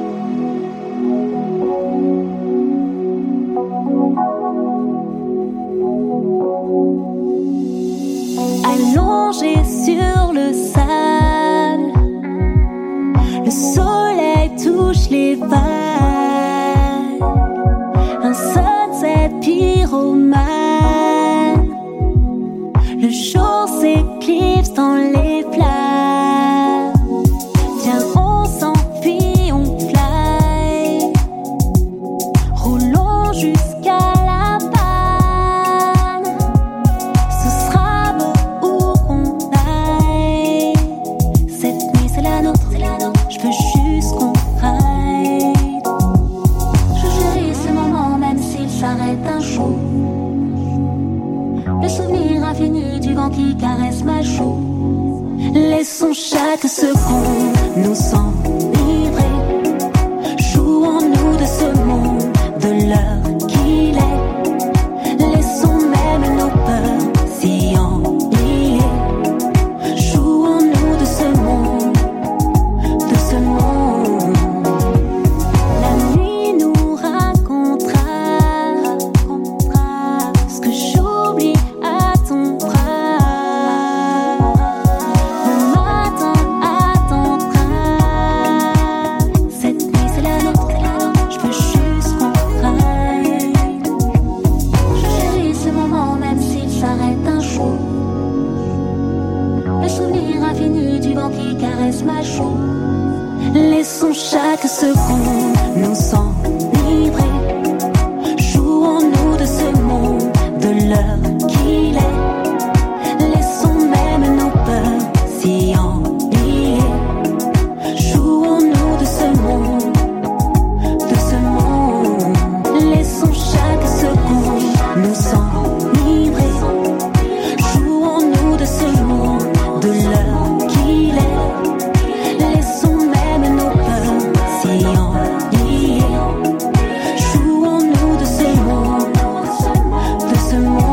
Allongé sur le sable, le soleil touche les vagues. Un sunset pyromane. Le jour s'éclipse dans les flammes. Viens, on s'enfuit, on fly. Roulons jusqu'à la panne. Ce sera beau où qu'on aille. Cette nuit c'est la nôtre, je veux juste qu'on ride. chaque seconde nous enivrer. Jouons-nous de ce monde, de l'heure qu'il est. Laissons même nos peurs s'y enlier. Jouons-nous de ce monde, de ce monde. La nuit nous racontera ce que j'oublie à ton bras. Le matin attendra. Cette nuit c'est la nôtre, je veux juste qu'on raille. Je chéris ce moment même s'il s'arrête un jour. Le souvenir infini du vent qui caresse ma joue. Laissons chaque seconde nous enivrer. Jouons-nous de ce monde, de l'heure qu'il est. Laissons même nos peurs s'y enlier. Jouons-nous de ce monde, de ce monde. Laissons chaque seconde nous enivrer. Jouons-nous de ce monde, de l'heure qu'il est. Laissons même nos peurs s'y enlier. Jouons-nous de ce monde, de ce monde.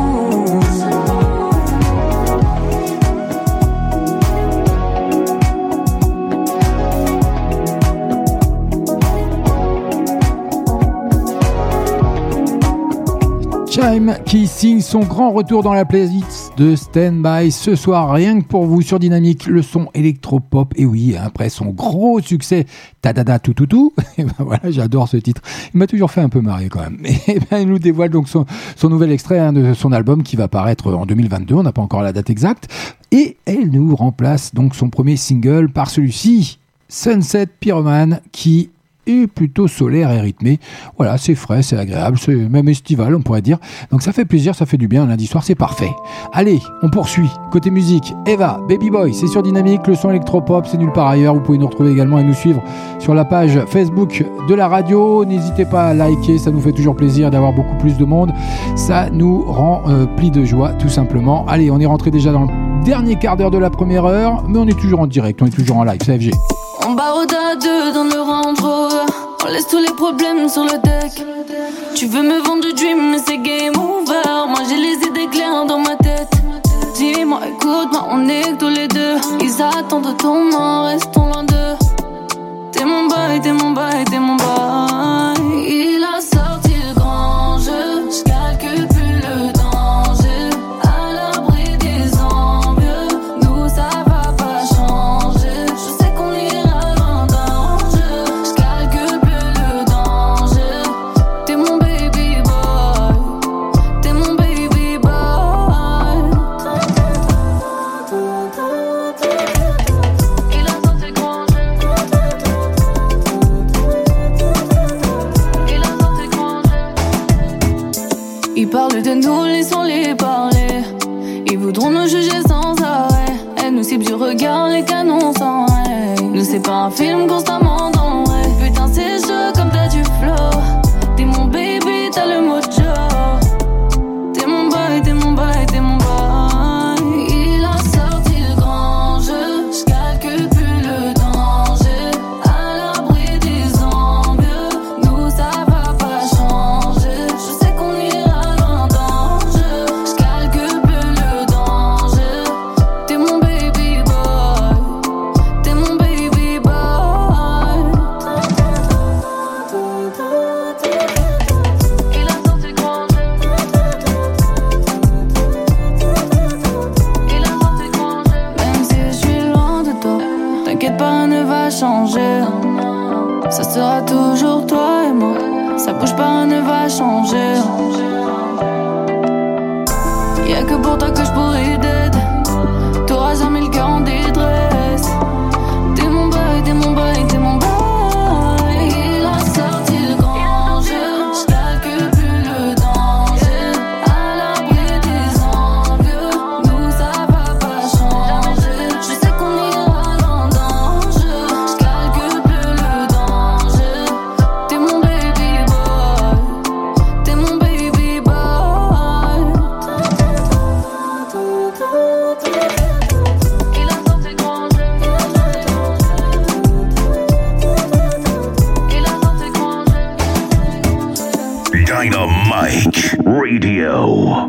Chime qui signe son grand retour dans la playlist de Stand By ce soir, rien que pour vous sur Dynamique, le son électropop. Et oui, après son gros succès Tadada tout tout tout, et ben voilà, j'adore ce titre. Il m'a toujours fait un peu marrer quand même. Et ben il nous dévoile donc son, son nouvel extrait hein, de son album qui va paraître en deux mille vingt-deux. On n'a pas encore la date exacte. Et elle nous remplace donc son premier single par celui-ci, Sunset Pyroman, qui est plutôt solaire et rythmé. Voilà, c'est frais, c'est agréable, c'est même estival, on pourrait dire. Donc ça fait plaisir, ça fait du bien. Lundi soir, c'est parfait. Allez, on poursuit. Côté musique, Eva, Baby Boy, c'est sur Dynamique, le son électropop, c'est nulle part ailleurs. Vous pouvez nous retrouver également et nous suivre sur la page Facebook de la radio. N'hésitez pas à liker, ça nous fait toujours plaisir d'avoir beaucoup plus de monde. Ça nous rend euh, pli de joie, tout simplement. Allez, on est rentré déjà dans le dernier quart d'heure de la première heure, mais on est toujours en direct, on est toujours en live, C F G. On barre à deux dans le Range Rover. On laisse tous les problèmes sur le deck. Tu veux me vendre du dream mais c'est game over. Moi j'ai les idées claires dans ma tête. Dis-moi, écoute-moi, on est que tous les deux. Ils attendent ton nom, restons loin d'eux. T'es mon boy, t'es mon boy, t'es mon boy. Il a sorti le grand jeu. J'calcule plus le danger. À l'abri des envieux. Nous ça va pas changer. Je sais qu'on ira loin d'un jeu. J'calcule plus le danger. T'es mon baby boy. T'es mon baby boy. Il a sorti le grand jeu. Il a sorti le grand jeu. Ils parlent de nous, laissons-les parler. Ils voudront nous juger sans arrêt. Elle nous cible du regard, les canons sans règle. Nous c'est pas un film constamment dans le rêve. Putain c'est chaud comme t'as du flow. T'es mon baby, t'as le mojo. T'es mon boy, t'es mon boy, t'es mon boy. Il a sorti le grand jeu. J'calcule plus le danger. À l'abri des envieux. Nous ça va pas changer. Je sais qu'on ira loin d'un jeu. J'calcule plus le danger. T'es mon baby boy. T'es mon baby boy. Il a sorti le grand jeu. Il a sorti le grand jeu. Même si je suis loin de toi, t'inquiète pas, ne va changer. Ça sera toujours toi et moi. Ça bouge pas, ne va changer. Y'a que pour toi que je pourrais d'aide. T'auras jamais le cœur en détresse. T'es mon boy, t'es mon boy, t'es mon boy. Il a sorti le grand jeu. J'calcule plus le danger. À l'abri des envieux. Nous ça va pas changer. Je sais qu'on ira loin d'un jeu. J'calcule plus le danger. T'es mon baby boy. T'es mon baby boy. Dynamite Radio.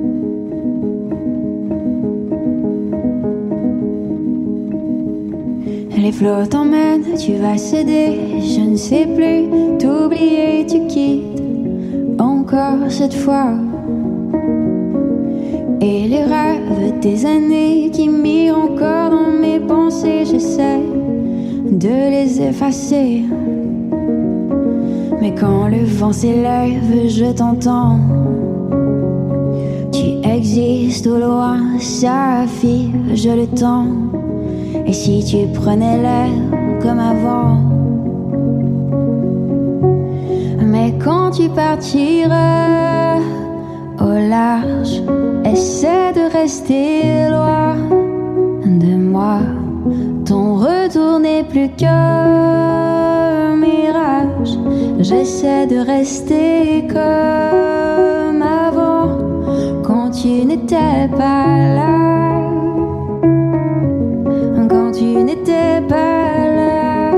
Les flots t'emmènent, tu vas céder, je ne sais plus t'oublier, tu quittes encore cette fois. Et les rêves des années qui mirent encore dans mes pensées, j'essaie de les effacer. Mais quand le vent s'élève, je t'entends. Tu existes au loin, ça fige le temps. Et si tu prenais l'air comme avant? Mais quand tu partiras au large, essaie de rester loin de moi. Ton retour n'est plus qu'un mirage. J'essaie de rester comme avant, quand tu n'étais pas là. Quand tu n'étais pas là.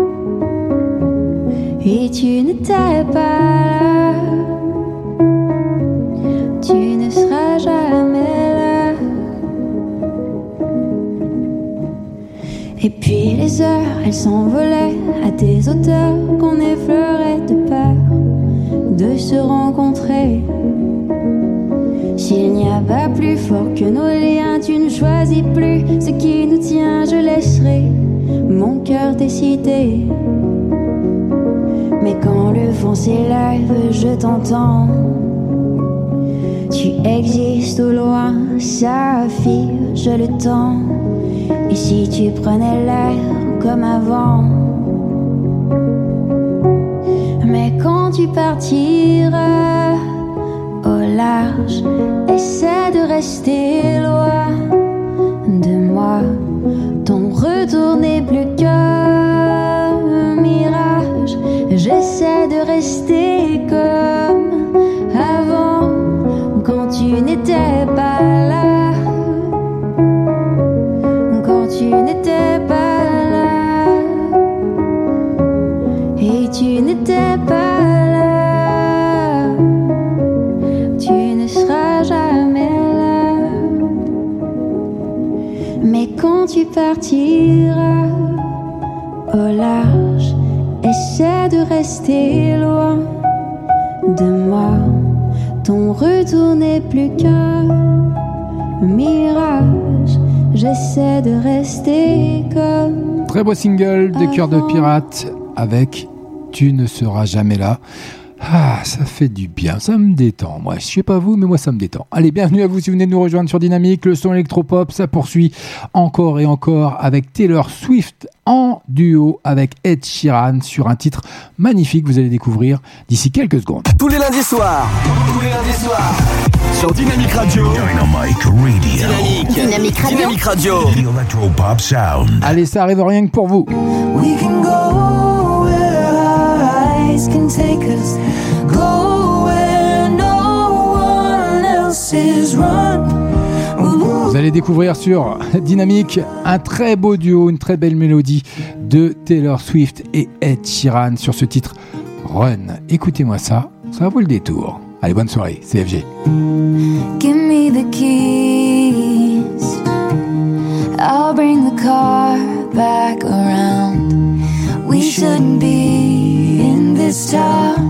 Et tu n'étais pas là. Tu ne seras jamais là. Et puis les heures, elles s'envolaient à des hauteurs qu'on effleurait de peur de se rencontrer. S'il n'y a pas plus fort que nos liens, tu ne choisis plus ce qui nous tient. Je laisserai mon cœur décider. Mais quand le vent s'élève, je t'entends. Tu existes au loin, ça fige le temps. Et si tu prenais l'air comme avant? Mais quand tu partiras au large, essaie de rester loin de moi. Ton retour n'est plus qu'un mirage. J'essaie de rester comme avant, quand tu n'étais pas là. Quand tu n'étais pas là. Et tu n'étais pas là. Tu ne seras jamais là. Mais quand tu partiras au large, essaie de rester loin de moi. Ton retour n'est plus qu'un mirage. J'essaie de rester comme... Très beau single de Cœur de Pirate avec Tu ne seras jamais là. Ah, ça fait du bien, ça me détend. Moi, je sais pas vous, mais moi, ça me détend. Allez, bienvenue à vous si vous venez de nous rejoindre sur Dynamique. Le son électropop, ça poursuit encore et encore avec Taylor Swift en duo avec Ed Sheeran sur un titre magnifique que vous allez découvrir d'ici quelques secondes. Tous les lundis soirs, tous les lundis soirs, sur Dynamique Radio. Dynamique Radio. Dynamique, Dynamique Radio. Dynamique Radio. The Electropop Sound. Allez, ça arrive rien que pour vous. We can go where our eyes can take us. Go where no one else is run. Vous allez découvrir sur Dynamique un très beau duo, une très belle mélodie de Taylor Swift et Ed Sheeran sur ce titre Run. Écoutez-moi ça, ça vaut le détour. Allez, bonne soirée, C F G. Give me the keys, I'll bring the car back around. We shouldn't be in this town.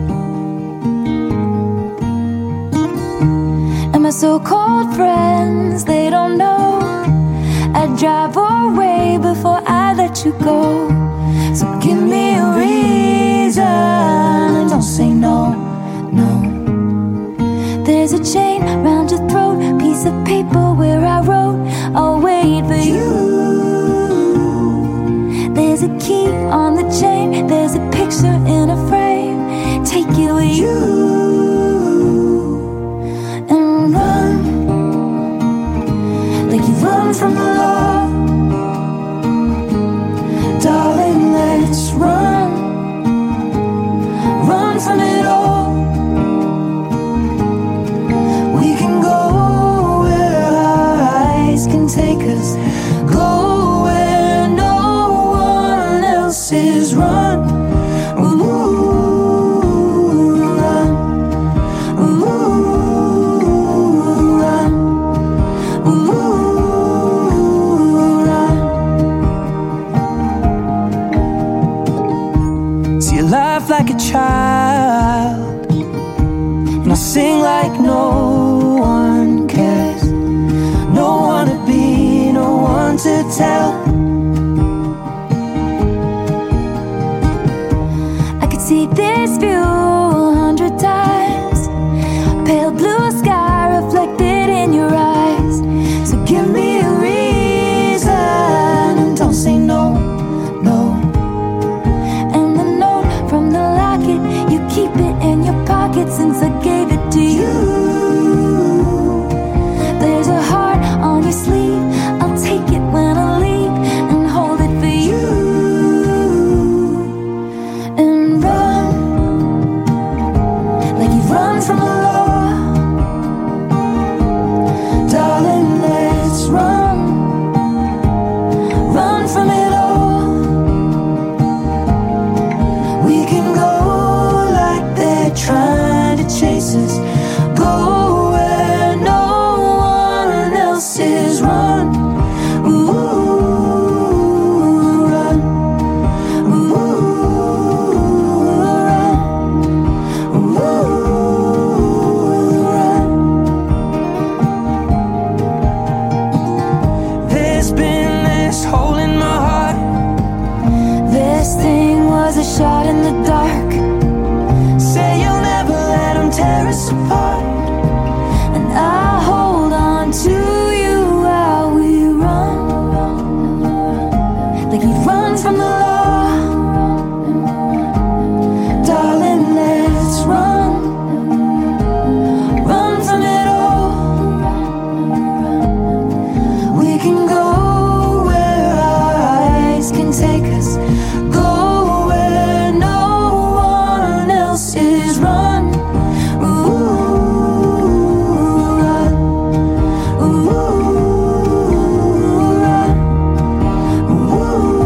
And my so-called friends, they don't know I'd drive away before I let you go. So give me a reason, don't say no, no. There's a chain round your throat, piece of paper where I wrote, I'll wait for you. There's a key on the chain, there's a picture in a frame, take it with you. And run, like you run from the law. Darling, let's run, run from it all. We can go where our eyes can take us. Go where no one else is run. Ooh, run. child, and I sing like no one cares. No one to be, no one to tell. I could see this view a hundred times. Pale blue sky reflected in your eyes. So give me a reason and don't say no, no. And the note from the locket, you keep it in your pocket since I gave it to you. There's a heart on your sleeve, I'll take it when I leave and hold it for you. And run, like you run from the law. Darling, let's run, run from it all. We can go like they're trying to chase us. Go where no one else is. Run, ooh, run, ooh, run, ooh, run. There's been this hole in my heart. This thing was a shot in the dark. Say you'll never let them tear us apart. And I hold on to you while we run, like we run from the law. Darling, let's run, run from it all. We can go where our eyes can take us. Go where no one else is. Run, ooh, run, ooh, run, ooh,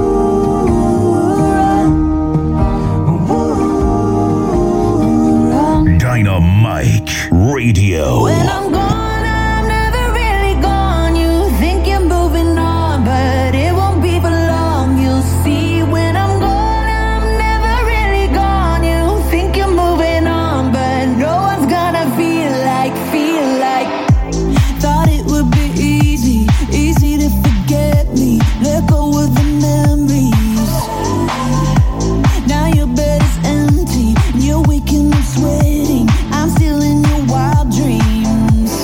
run, ooh, run. Dynamite Radio. When I'm gone, I'm never really gone. You think you're moving on, but it won't be for long. You'll see when I'm gone, I'm never really gone. You think you're moving on, but no one's gonna feel like, feel like. Thought it would be easy, easy to forget me. Let go of the memories. Now your bed is empty, and you're waking up sweating. I'm still in your wild dreams.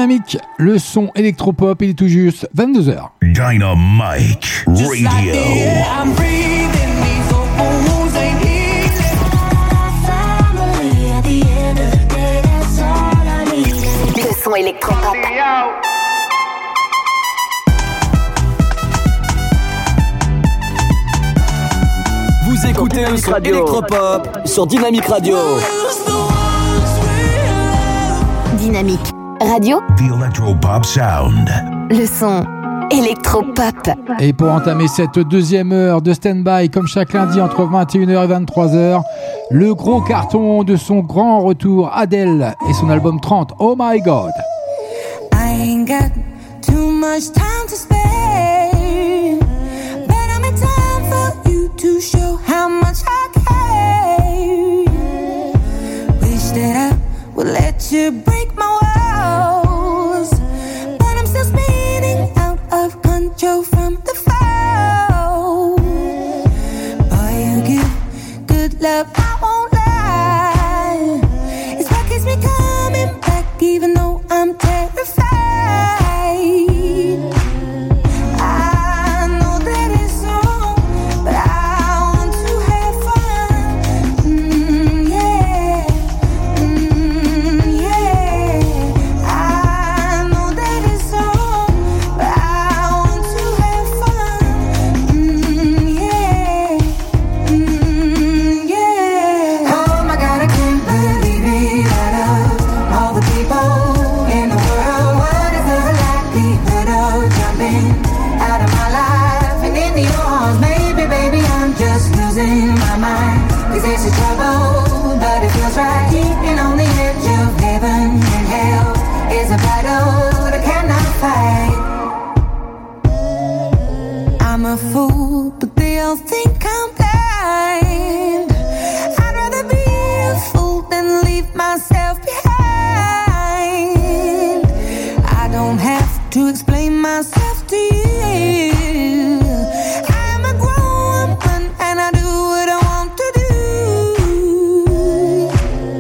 Dynamique, le son électropop, il est tout juste vingt-deux heures. Dynamic Radio. Le son électropop. Vous écoutez le son électropop sur Dynamic Radio. Dynamique Radio. The Electropop Sound. Le son électropop. Et pour entamer cette deuxième heure de stand-by, comme chaque lundi entre vingt et une heures et vingt-trois heures, le gros carton de son grand retour, Adele et son album trente, Oh My God. I ain't got too much time to spare, but I'm in time for you to show how much I care. Wish that I would let you break my walls, but I'm still spinning out of control from the fall. Boy, you give good love, I won't lie. It's what keeps me coming back, even though I'm terrified. I know that it's wrong, but I want to have fun. Mm, yeah, mm, yeah. I know that it's wrong, but I want to have fun. Mm, yeah, mm, yeah. Oh my God, I can't believe it. Out of all the people in the world, what is the likelihood of jumping out of my life and into your arms? Maybe, baby, I'm just losing my mind. Cause it's a trouble, but it feels right. Keeping on the edge of heaven and hell is a battle that I cannot fight. I'm a fool, but they all think I'm blind. I'd rather be a fool than leave myself behind. I don't have to explain myself to you. I'm a grown woman and I do what I want to do.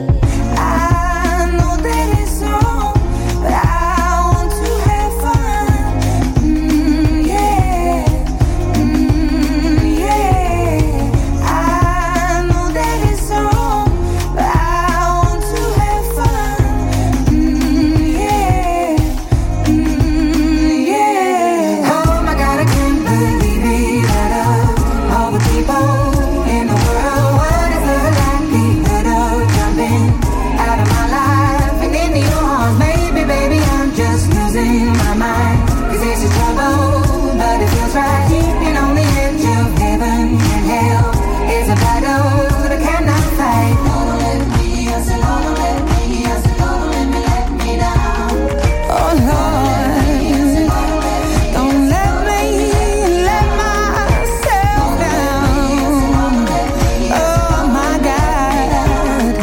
I know that it's wrong, but I want to have fun. Mm, yeah, mm, yeah. I know that it's wrong, but I want to have fun. Mm, yeah, mm, yeah. Oh my God, I can't believe it. Out of all the people in the world, what is the likelihood of jumping out of my life and into your arms? Maybe, baby, I'm just losing my mind. Cause it's a trouble, but it feels right. Keeping on the edge of heaven and hell is a battle that I cannot fight. Don't let me, I said, don't let me, I said, don't let me let me down. Oh Lord, don't let me let myself down. Oh my God,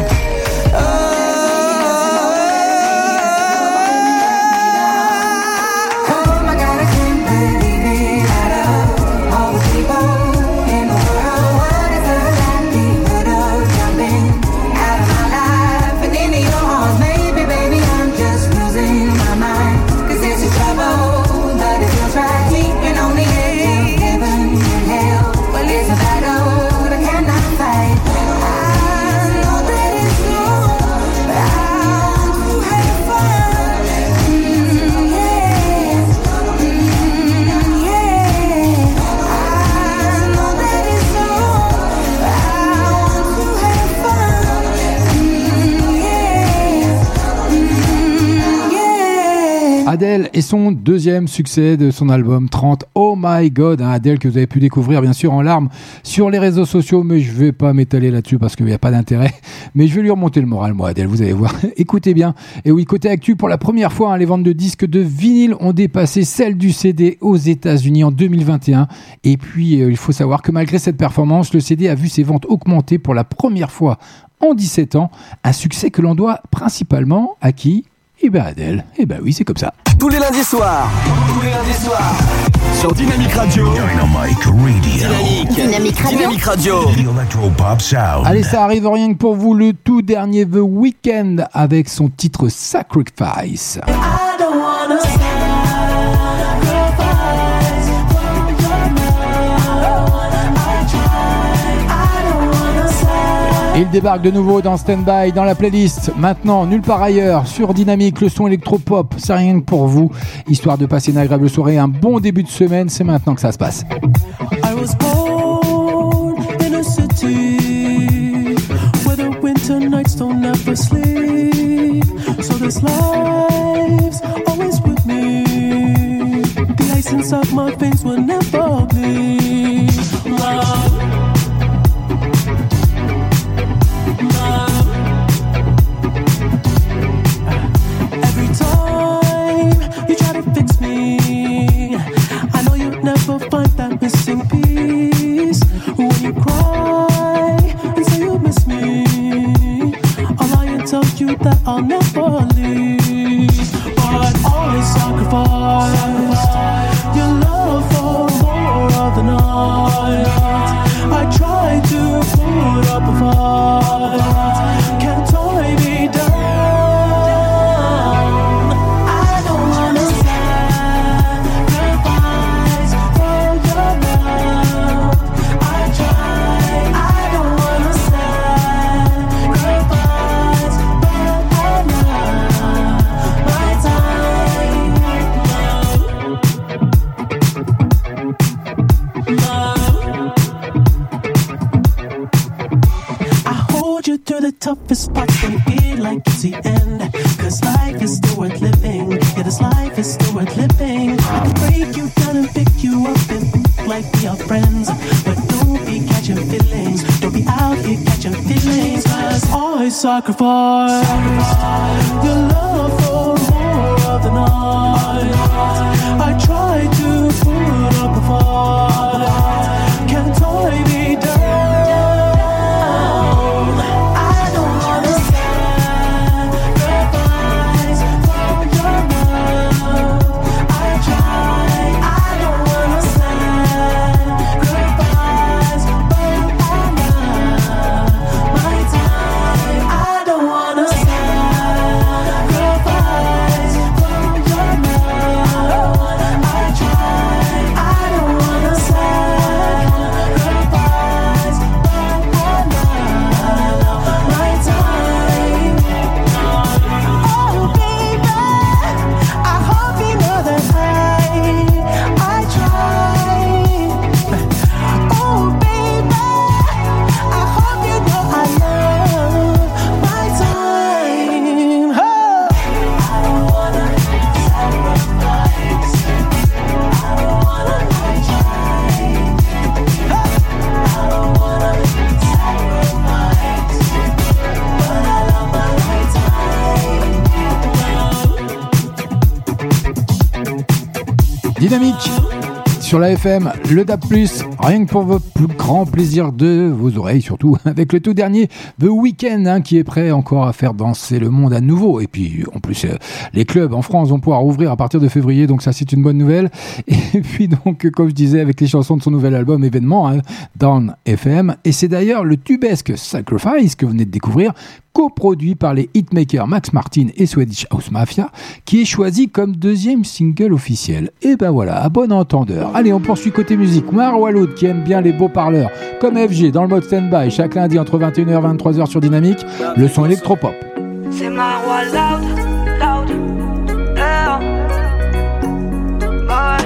oh my God, I can't believe it. Out of all the people in the world, what is the likelihood of jumping out of my life and into your arms? Maybe, baby, I'm just losing my mind. Cause it's a trouble, but it feels right. Keeping on the edge of heaven and hell, well, it's a battle that I cannot fight. I know that it's wrong, but I want to have fun. Mm, yeah, mm, yeah. I know that it's wrong, but I want to have fun. Mm, yeah, mm, yeah. Adele et son deuxième succès de son album trente, Oh My God, hein, Adele que vous avez pu découvrir bien sûr en larmes sur les réseaux sociaux, mais je vais pas m'étaler là-dessus parce qu'il n'y a pas d'intérêt, mais je vais lui remonter le moral moi Adele, vous allez voir. Écoutez bien, et oui, côté actu, pour la première fois, hein, les ventes de disques de vinyle ont dépassé celles du C D aux États-Unis en deux mille vingt et un, et puis euh, il faut savoir que malgré cette performance, le C D a vu ses ventes augmenter pour la première fois en dix-sept ans, un succès que l'on doit principalement à qui? Eh ben Adele, eh ben oui, c'est comme ça. Tous les lundis soirs, tous les lundis soirs, sur Dynamic Radio. Dynamic Radio. Dynamique, Dynamic Radio. Dynamic Radio. The Electropop Sound. Allez, ça arrive rien que pour vous, le tout dernier The Weeknd avec son titre Sacrifice. I don't wanna sacrifice for your love. I try, I don't wanna sacrifice. Il débarque de nouveau dans Stand-By, dans la playlist. Maintenant, nulle part ailleurs, sur Dynamique, le son électropop. C'est rien que pour vous. Histoire de passer une agréable soirée, un bon début de semaine. C'est maintenant que ça se passe. I was born in a city where the winter nights don't ever sleep. So this life's always with me. The ice inside my veins will never bleed. Love. Every time you try to fix me, I know you'll never find that missing piece. When you cry and say you miss me, I'll lie and tell you that I'll never leave. But always sacrifice your love for more of the night. I try to put up a fight, can't tie me down. I don't wanna sacrifice for your love. I try, I don't wanna sacrifice for your love. My time, love, love. I hold you through the toughest parts and feel like it's the end. Cause life is still worth living. Yeah, this life is still worth living. I can break you down and pick you up and think like we are friends. But don't be catching feelings. Don't be out here catching feelings. Cause I sacrifice, sacrifice your love for more of the night. I try to put up a fight, can't tie me down. I don't wanna sacrifice for your love. I try, I don't wanna sacrifice for your love. My time, I don't wanna sacrifice for your love. I try, I don't wanna sacrifice for your love. My time. Oh baby, I hope you know that I, I try. Oh baby, I hope you know I love my time. Oh. I don't wanna sacrifice. I don't wanna try. I don't wanna sacrifice, but I love my time. Dynamique sur la F M, le D A B plus, rien que pour votre plus grand plaisir de vos oreilles, surtout avec le tout dernier The Weeknd, hein, qui est prêt encore à faire danser le monde à nouveau. Et puis en plus euh, les clubs en France vont pouvoir ouvrir à partir de février, donc ça c'est une bonne nouvelle. Et puis donc comme je disais, avec les chansons de son nouvel album événement, hein, Down F M, et c'est d'ailleurs le tubesque Sacrifice que vous venez de découvrir, coproduit par les hitmakers Max Martin et Swedish House Mafia, qui est choisi comme deuxième single officiel. Et ben voilà, à bon entendeur. Allez, on poursuit côté musique. Marwa Loud, qui aime bien les beaux parleurs, comme F G dans le mode stand-by, chaque lundi entre vingt et une heures et vingt-trois heures sur Dynamique, le son électropop. C'est Marwa Loud, Loud, yeah. Ouais.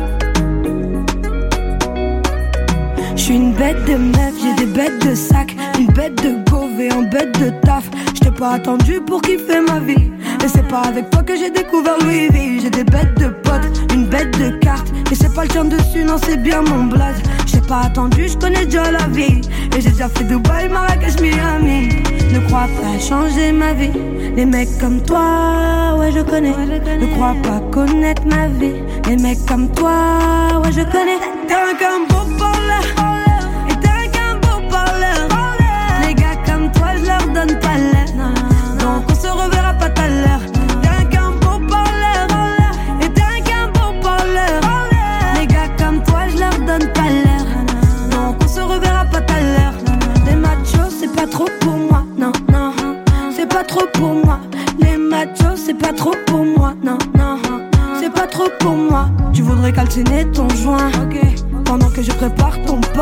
J'suis une bête de meuf, j'ai des bêtes de sac, une bête de beauvais, en bête de taf. J't'ai pas attendu pour kiffer ma vie, et c'est pas avec toi que j'ai découvert Louis V. J'ai des bêtes de potes, une bête de cartes, et c'est pas le tien dessus, non c'est bien mon blaze. J't'ai pas attendu, j'connais déjà la vie, et j'ai déjà fait Dubaï, Marrakech, Miami. Ne crois pas changer ma vie, les mecs comme toi, ouais je connais. Ne crois pas connaître ma vie, les mecs comme toi, ouais je connais. T'es un qu'un beau parleur, et t'es un qu'un beau parleur. Les gars comme toi, je leur donne pas l'air, donc on se reverra pas tout à l'heure. T'es un qu'un beau parleur, et t'es un qu'un beau parleur. Les gars comme toi, je leur donne pas l'air, donc on se reverra pas tout à l'heure. Les machos, c'est pas trop pour moi, non, non, c'est pas trop pour moi. Les machos, c'est pas trop pour moi, non, non,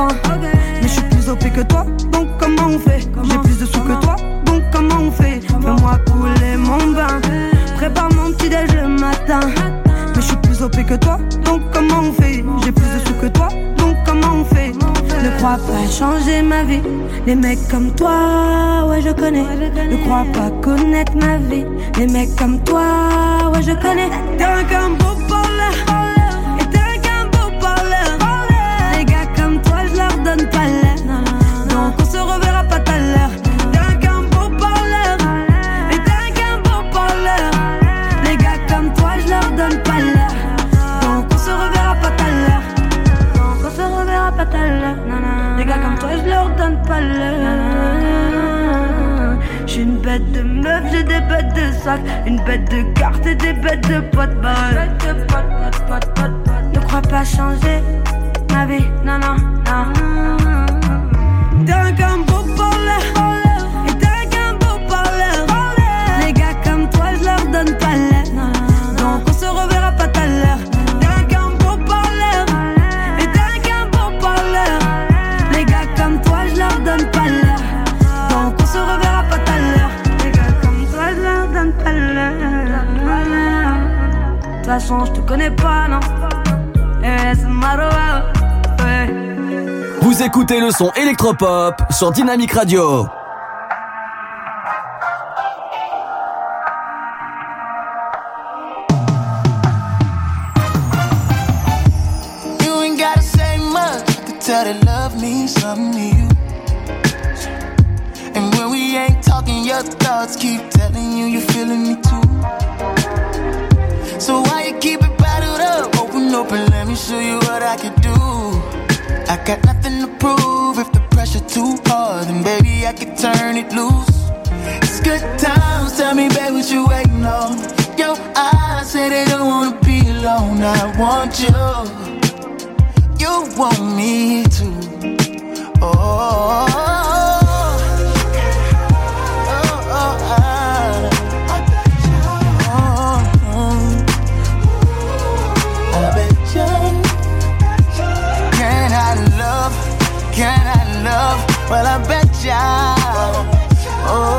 matin. Mais je suis plus O P que toi, donc comment on fait? J'ai plus de sous que toi, donc comment on fait? Fais-moi couler mon bain, prépare mon petit déj le matin. Mais je suis plus O P que toi, donc comment on fait? J'ai plus de sous que toi, donc comment on fait? Ne crois pas changer ma vie. Les mecs comme toi, ouais je connais. Ne crois pas connaître ma vie. Les mecs comme toi, ouais je connais. T'es un qu'un beau parleur, et t'es un qu'un beau parleur. Les gars comme toi, je leur donne pas l'air. Donc on se reverra pas tout à l'heure. T'es un qu'un beau parleur, et t'es un qu'un beau parleur. Les gars comme toi, je leur donne pas l'air. Donc on se reverra pas tout à l'heure. Donc on se reverra pas tout à l'heure. Les gars comme toi, je leur donne pas l'heure. J'suis une bête de meuf, j'ai des bêtes de sac, une bête de cartes et des bêtes de potes. Ne crois pas changer ma vie, non, non, non. T'es un qu'un beau parleur, et t'es un qu'un beau parleur. Les gars comme toi, je leur donne pas l'air. Donc on se reverra pas tout à l'heure. T'es un qu'un beau parleur, et t'es un qu'un beau parleur. Les gars comme toi, je leur donne pas l'air. Donc on se reverra pas tout à l'heure. Les gars comme toi, je leur donne pas l'air. De toute façon, je te connais pas, non. Eh, c'est marrant, ouais. Vous écoutez le son électropop sur Dynamic Radio. You ain't gotta say much to tell that love means something to you. And when we ain't talking, your thoughts keep telling you you're feeling me too. So why you keep it bottled up? Open up and let me show you what I can do. I got nothing to prove. If the pressure too hard, then baby I can turn it loose. It's good times, tell me babe what you waiting on. Your eyes say they don't wanna be alone. I want you, you want me too. Oh, oh, oh, oh, oh, oh. Can I love? Well, I bet ya. Oh.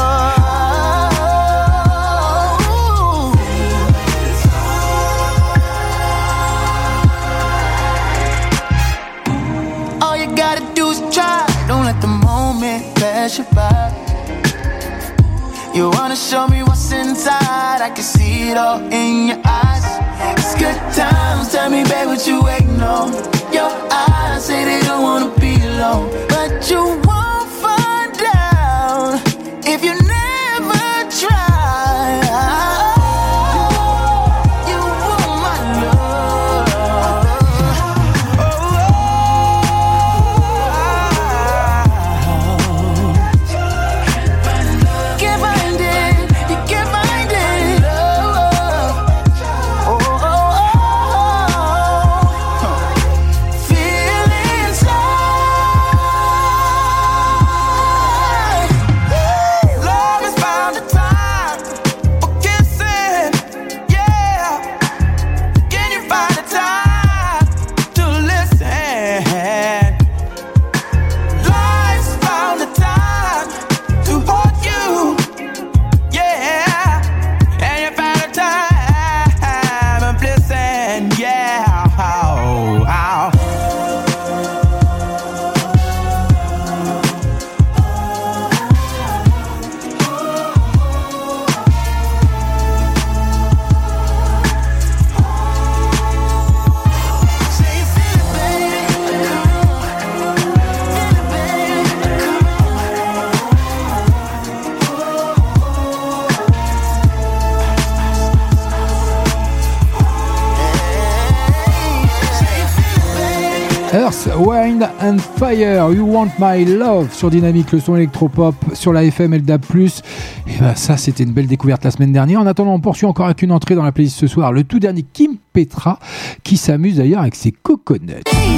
All you gotta do is try. Don't let the moment pass you by. You wanna show me what's inside? I can see it all in your eyes. It's good times. Tell me, babe, what you waiting on? Your eyes say they don't wanna be alone, but you won't find out if you never try. You want my love. Oh, oh. Can't find it, you can't find it. Love. Oh, oh, oh. Earth, Wind and Fire, You Want My Love sur Dynamic, le son électropop sur la F M L D A B plus. Et ben ça, c'était une belle découverte la semaine dernière. En attendant, on poursuit encore avec une entrée dans la playlist ce soir, le tout dernier Kim Petra, qui s'amuse d'ailleurs avec ses coconuts.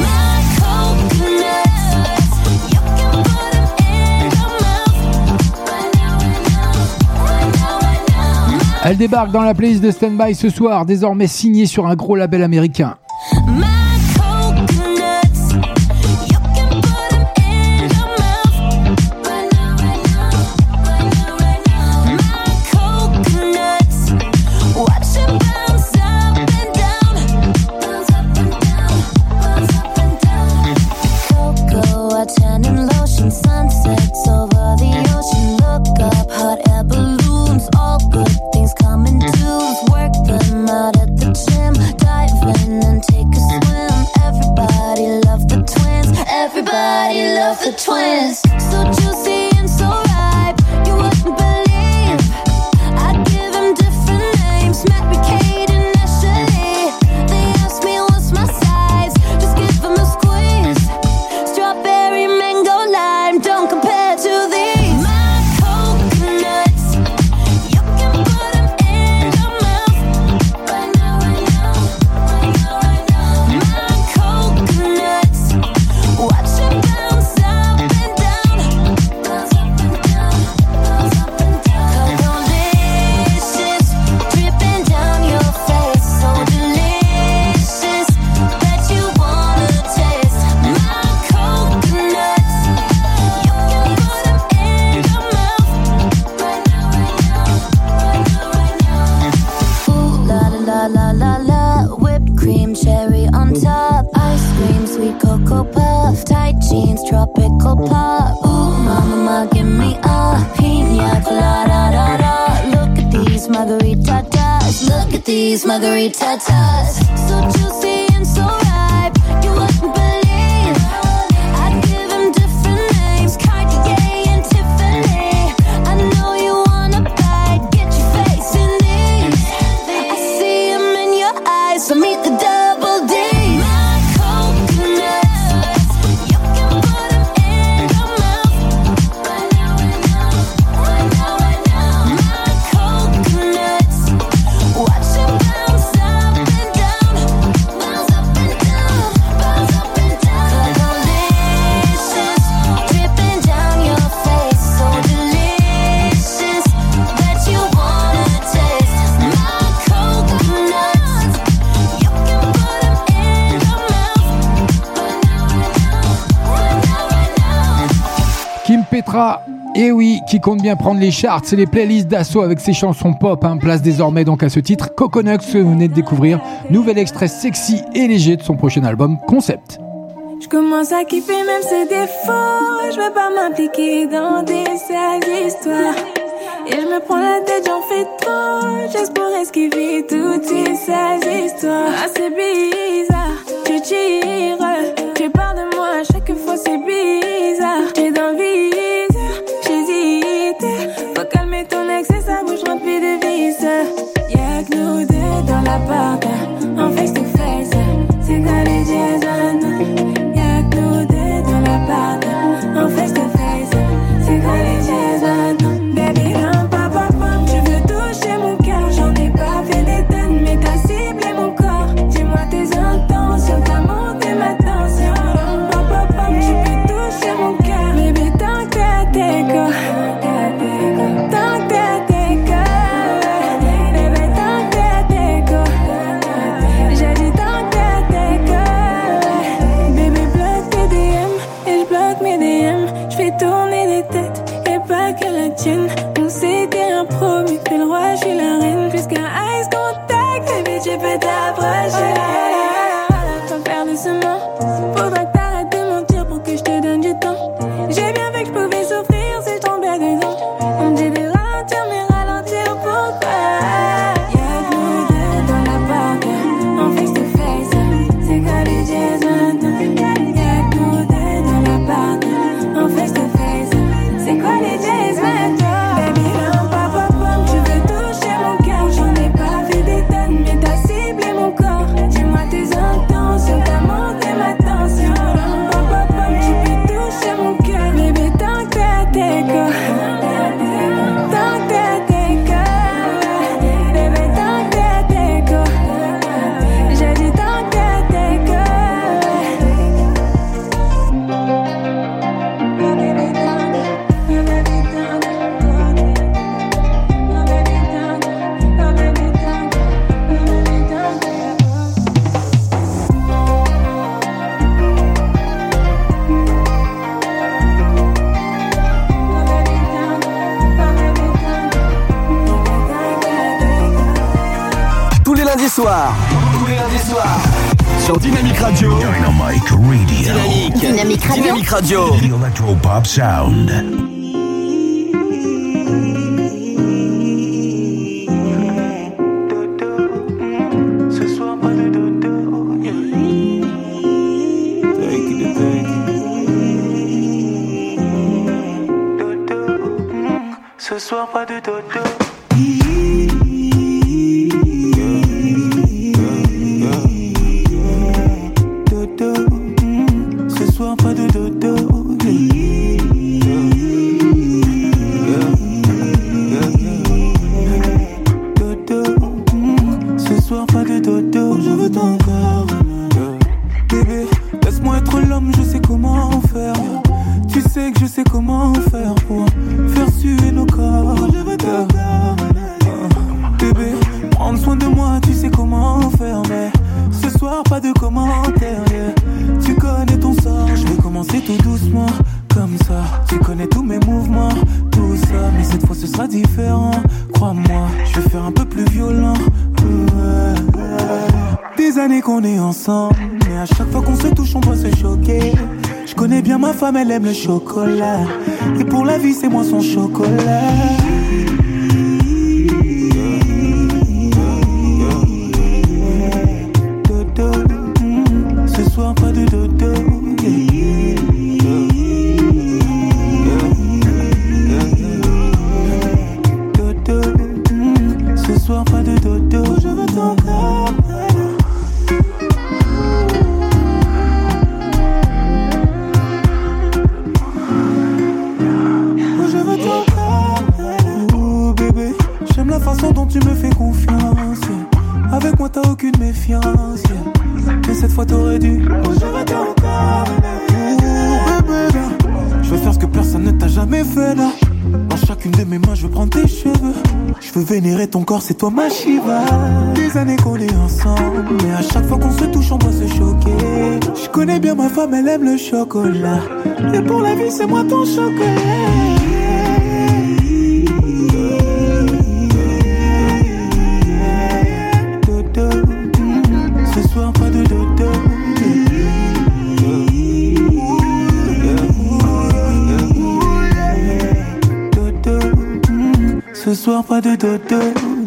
Elle débarque dans la playlist de Standby ce soir, désormais signée sur un gros label américain. My coconuts, you can Everybody loves the twins. So juicy and so ripe, you wouldn't believe. I give them different names, Mary Kate and Ashley. They ask me what's my size, just give them a squeeze. Strawberry, mango, lime, don't compare to these. My coconuts, you can put them in your mouth. Right now, right now, right now, right now. My coconuts, watch it bounce up and down, bounce up and down, bounce up and down. Delicious, dripping down your face, so delicious that you wanna taste. My coconuts, you can put them in your mouth. Right now, right now, right now, right now. Ooh la la la la la, whipped cream, cherry on top, ice cream, sweet cocoa puff, tight jeans, tropical pop. Ooh, mama, ma, give me a pina colada, da da. Look at these margaritas, look at these margaritas. So juicy and so ripe, you wouldn't believe. I give them different names, Cartier and Tiffany. I know you wanna bite, get your face in these. I see them in your eyes, so meet the double D. My coconuts, you can put them in your mouth. Right now, right now, right now, right now. My coconuts, watch it bounce up and down, bounce up and down, bounce up and down. Delicious, dripping down your face, so delicious that you wanna taste. My coconuts, you can put them in your mouth. Right now, right now, right now, right now. Kim Petra, et oui, qui compte bien prendre les charts et les playlists d'assaut avec ses chansons pop, hein, place désormais donc à ce titre Coconuts que vous venez de découvrir, nouvel extrait sexy et léger de son prochain album Concept. Je commence à kiffer même ses défauts. Je veux pas m'impliquer dans des sales histoires. Et je me prends la tête, j'en fais trop, juste pour esquiver toutes ces sales histoires. Ah, c'est bizarre, tu tires, tu parles de moi, chaque fois c'est bizarre. T'es dans le vide, j'hésite, faut calmer ton ex et sa bouche remplie de vices. Y'a que nous deux dans l'appart, en face to face, c'est quoi les Jason? Y'a que nous deux dans l'appart, en face to face, c'est quoi les Jason? Baby, non, pas, pas, pas, tu veux toucher mon cœur, j'en ai pas fait des tonnes, mais t'as ciblé mon corps. Dis-moi tes intentions, t'as monté ma tension. Pas, pas, pas, tu peux toucher mon cœur, baby, tant que t'es à tes corps. Tant que t'es à tes corps, baby, tant que t'es à tes corps. J'ai dit tant que t'es à tes corps. Baby, bloque tes D M et je bloque mes D M. Je fais tourner les têtes et pas que la tienne. On s'était un promis, fais le roi, je suis la reine. Plus qu'un ice contact, baby, tu peux t'approcher. Faut faire doucement, faudra que t'arrêtes de mentir pour que je te donne du temps. J'ai bien vu que je pouvais souffrir si je tombais dedans. On me dit de ralentir, mais ralentir pourquoi? Y'a que nous deux dans l'appart, en face to face, c'est quoi les Jason? Y'a que nous deux dans l'appart, en face to face, c'est quoi les Jason? Baby, non, pas, pas, pas, tu veux toucher mon cœur, j'en ai pas fait des tonnes, mais t'as ciblé mon corps. Dis-moi tes intentions, t'as monté ma tension. Pas, pas, pas, tu peux toucher mon cœur, baby, tant que t'es à tes corps. Tant que t'es à tes corps, baby, tant que t'es à tes corps. J'ai dit tant que t'es à tes corps. Tous les lundis soirs. Tous les lundis soirs. Sur Dynamic Radio. Dynamic Radio. Dynamic. Dynamic Radio. Dynamic Radio. The Electropop Sound. Ce soir pas de dodo, yeah. Take it, take it. Ce soir pas de dodo. Dodo, mm, ce soir pas de dodo. Dodo, mm, ce soir pas de dodo. Je veux ton corps, bébé. Laisse-moi être l'homme, je sais comment faire. Tu sais que je sais comment faire pour faire suer nos corps. Je veux ton corps, bébé. Prendre soin de moi, tu sais comment faire, mais ce soir pas de commentaires. Yeah. Tu connais ton sort, je vais commencer tout doucement, comme ça. Tu connais tous mes mouvements, tout ça, mais cette fois ce sera différent. Crois-moi, je vais faire un peu plus violent. Ouais. Des années qu'on est ensemble, mais à chaque fois qu'on se touche, on doit se choquer. Je connais bien ma femme, elle aime le chocolat, et pour la vie, c'est moi son chocolat. Ce soir pas de dodo. Dodo, mm, ce soir pas de dodo. Je veux ton corps. Je veux ton corps. Oh bébé, j'aime la façon dont tu me fais confiance. Avec moi t'as aucune méfiance. Mais cette fois t'aurais dû. Oh, je veux ton corps. Oh, bébé, je veux faire ce que personne ne t'a jamais fait là. Dans chacune de mes mains je veux prendre tes cheveux. Je veux vénérer ton corps, c'est toi ma Shiva. Des années qu'on est ensemble, mais à chaque fois qu'on se touche on doit se choquer. Je connais bien ma femme, elle aime le chocolat, et pour la vie c'est moi ton chocolat. Ce soir pas de dodo. Dodo, mm, ce soir pas de dodo.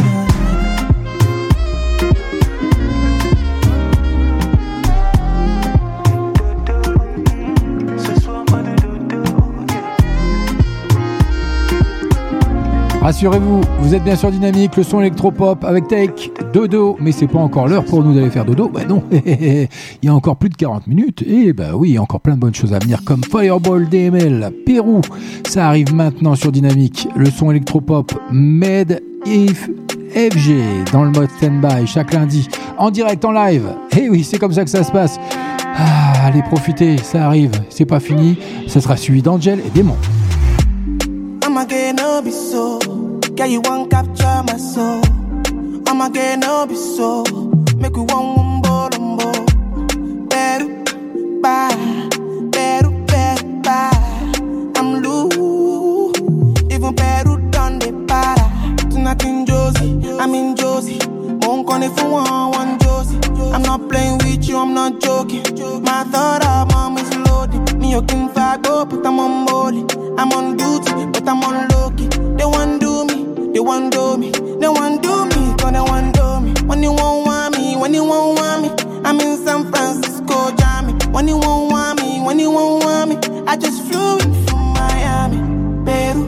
Rassurez-vous, vous êtes bien sûr Dynamique, le son électropop avec Take, dodo, mais c'est pas encore l'heure pour nous d'aller faire dodo, bah non, il y a encore plus de quarante minutes, et bah oui, il y a encore plein de bonnes choses à venir, comme Fireball D M L, Pérou, ça arrive maintenant sur Dynamique, le son électropop, Med If F G, dans le mode stand-by, chaque lundi, en direct, en live, et oui, c'est comme ça que ça se passe, ah, allez profitez, ça arrive, c'est pas fini, ça sera suivi d'Angel et Démon. I'ma get no be so. Girl, you won't capture my soul. I'ma get no be so. Make we one wumbo lumbo. Beru, ba, beru, beru, ba. I'm loose. Even Peru done the para. Tonight in Josie, I'm in Josie. Won't call it for one, one Josie. I'm not playing with you, I'm not joking. My thought of mom is loaded. Me, you can fight, go, but I'm on molly. I'm on duty, but I'm on low-key. They want do me, they want do me. They want do me, cause they want do me. When you won't want me, when you won't want me, I'm in San Francisco, Jammy. When you won't want me, when you won't want me, I just flew in from Miami. Peru,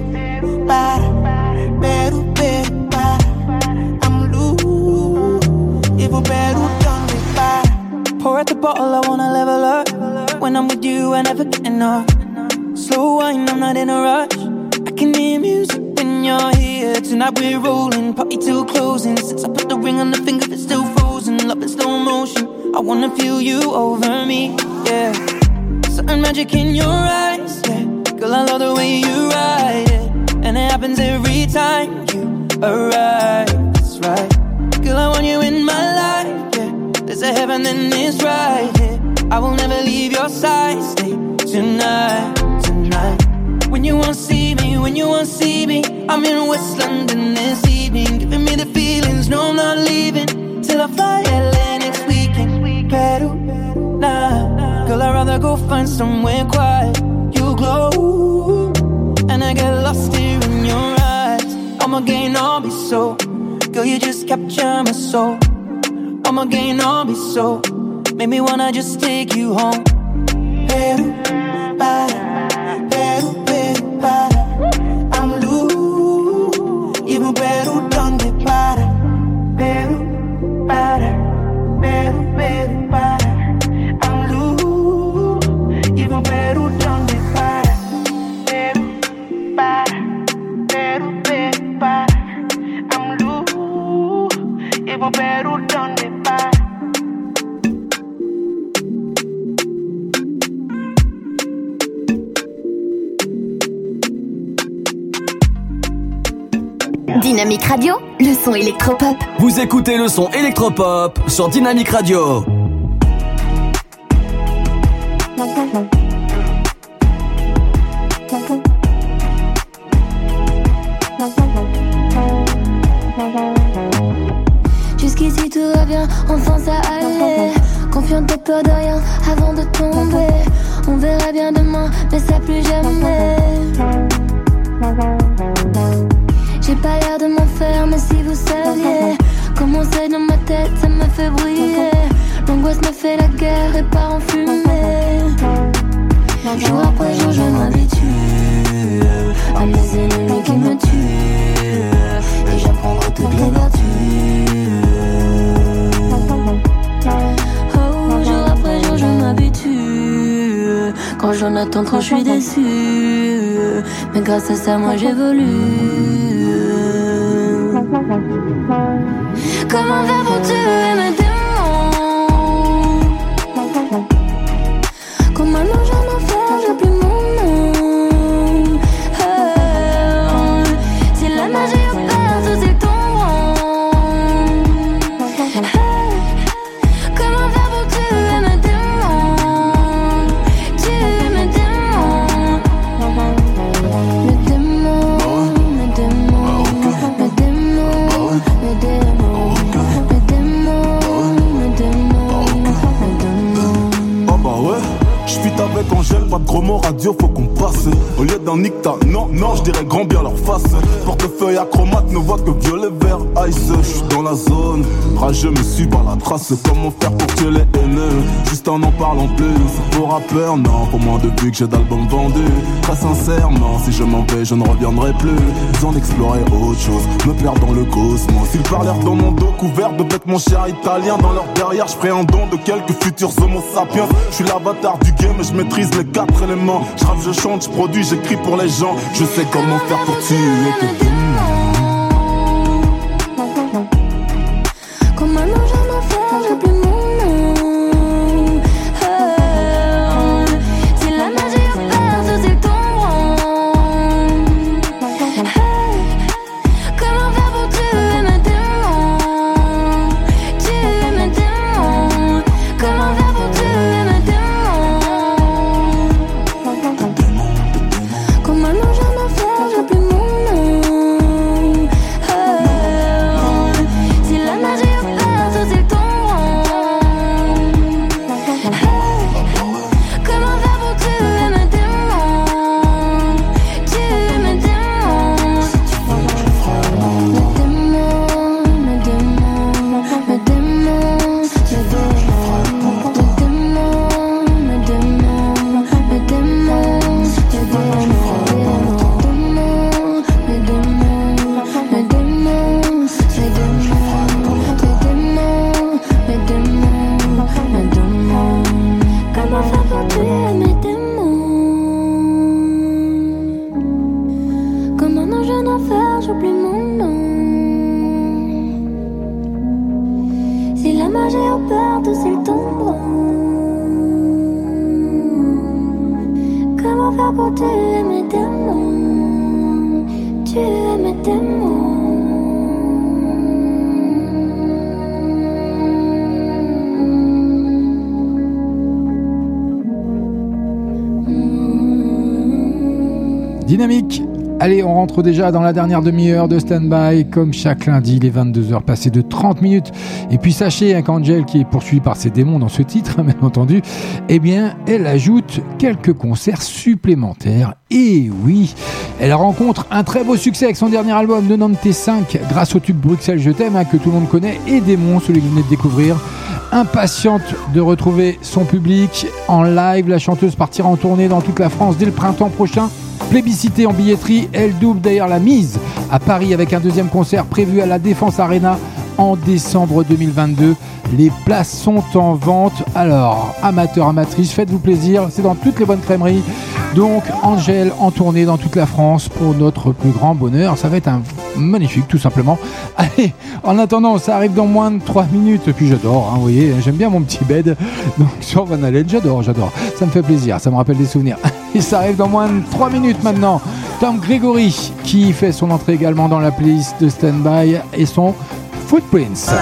para, Peru, Peru, para. I'm loose, even Peru done me para. Pour out the bottle, I wanna level up. When I'm with you, I never get enough. Slow wine, I'm not in a rush. I can hear music when you're here. Tonight we're rolling, party till closing. Since I put the ring on the finger, it's still frozen. Love in slow motion, I wanna feel you over me, yeah. Certain magic in your eyes, yeah. Girl, I love the way you ride it, and it happens every time you arrive, that's right. Girl, I want you in my life, yeah. There's a heaven and it's right here, yeah. I will never leave your side, stay tonight. When you won't see me, when you won't see me, I'm in West London this evening, giving me the feelings, no I'm not leaving, till I fly L A next weekend. Peru, nah, girl I'd rather go find somewhere quiet. You glow, and I get lost here in your eyes. I'ma gain all be so, girl you just capture my soul. I'ma gain all be so, make me wanna just take you home. Peru, para, Peru, Peru, para. I'm loose, Dynamique Radio, le son électropop. Vous écoutez le son électropop sur Dynamique Radio. Jusqu'ici tout va bien, enfin ça allait. Confiante, t'as peur de rien avant de tomber. On verra bien demain, mais ça plus jamais. J'ai pas l'air de m'en faire, mais si vous saviez comment c'est dans ma tête, ça me fait briller. L'angoisse me fait la guerre et part en fumée. Jour après jour, je m'habitue à mes ennemis qui me tuent. Et j'apprendrai toutes les vertus. Oh, jour après jour, je m'habitue. Quand j'en attends trop, je suis déçue. Mais grâce à ça, moi j'évolue. Comment faire pour tuer mes démons? Comme un ange en enfer, j'ai plus mon nom. Oh, si la magie opère, tous ils tomberont. Oh, comment faire pour tuer mes démons? Tuer mes démons. Mes démons, mes démons, mes démons, mes démons. Avec Angèle, pas de gros mots radio, faut qu'on passe. Au lieu d'un nicta, non, non, je dirais grand bien leur face. Portefeuille acromate ne voit que violet, vert, ice. J'suis dans la zone, rageux me suis par la trace. Comment faire pour tuer les haineux? Juste en en parlant plus. Pour rappeur, non, pour moi depuis que j'ai d'albums vendus. Très sincèrement, si je m'en vais, je ne reviendrai plus. Besoin d'explorer autre chose, me perdre dans le cosmos. Ils parlèrent dans mon dos couvert de bêtes, mon cher italien. Dans leur derrière, je ferai un don de quelques futurs homo sapiens. Je suis l'avatar du game, je maîtrise les quatre éléments. Je rappe, je chante, je produis, j'écris pour les gens. Je sais comment faire pour tuer tes démons. Comme un ange en enfer, j'ai plus mon nom. Oh, si la magie opère, tous ils tomberont. Oh, comment faire pour tuer mes démons? Tuer mes démons. Comment faire pour tuer mes démons? Comme un ange en enfer, j'ai plus mon nom. Oh, si la magie opère, tous ils tomberont. Oh, comment faire pour tuer mes démons? Tuer mes démons. Mes démons, mes démons, mes démons, mes démons, mes démons, mes démons, mes démons. Comment faire pour tuer mes démons? Comme un ange en enfer, j'oublie mon nom. Si la magie opère, tous ils tomberont. Comment faire pour tuer mes démons? Tuer mes démons. Dynamique. Allez, on rentre déjà dans la dernière demi-heure de stand-by, comme chaque lundi, les vingt-deux heures passées de trente minutes. Et puis sachez hein, qu'Angel, qui est poursuivie par ses démons dans ce titre, hein, bien entendu, eh bien, elle ajoute quelques concerts supplémentaires. Et oui, elle rencontre un très beau succès avec son dernier album de quatre-vingt-quinze, grâce au tube Bruxelles Je t'aime, hein, que tout le monde connaît, et Démons, celui que vous venez de découvrir. Impatiente de retrouver son public en live, la chanteuse partira en tournée dans toute la France dès le printemps prochain. Plébiscitée en billetterie, elle double d'ailleurs la mise à Paris avec un deuxième concert prévu à la Défense Arena en décembre deux mille vingt-deux. Les places sont en vente. Alors, amateurs, amatrices, faites-vous plaisir. C'est dans toutes les bonnes crèmeries. Donc, Angèle en tournée dans toute la France pour notre plus grand bonheur. Ça va être un magnifique, tout simplement. Allez, en attendant, ça arrive dans moins de trois minutes. Et puis j'adore, hein, vous voyez, j'aime bien mon petit bed. Donc, sur Van Halen, j'adore, j'adore. Ça me fait plaisir, ça me rappelle des souvenirs. Et ça arrive dans moins de trois minutes maintenant. Tom Gregory qui fait son entrée également dans la playlist de Standby et son Footprints.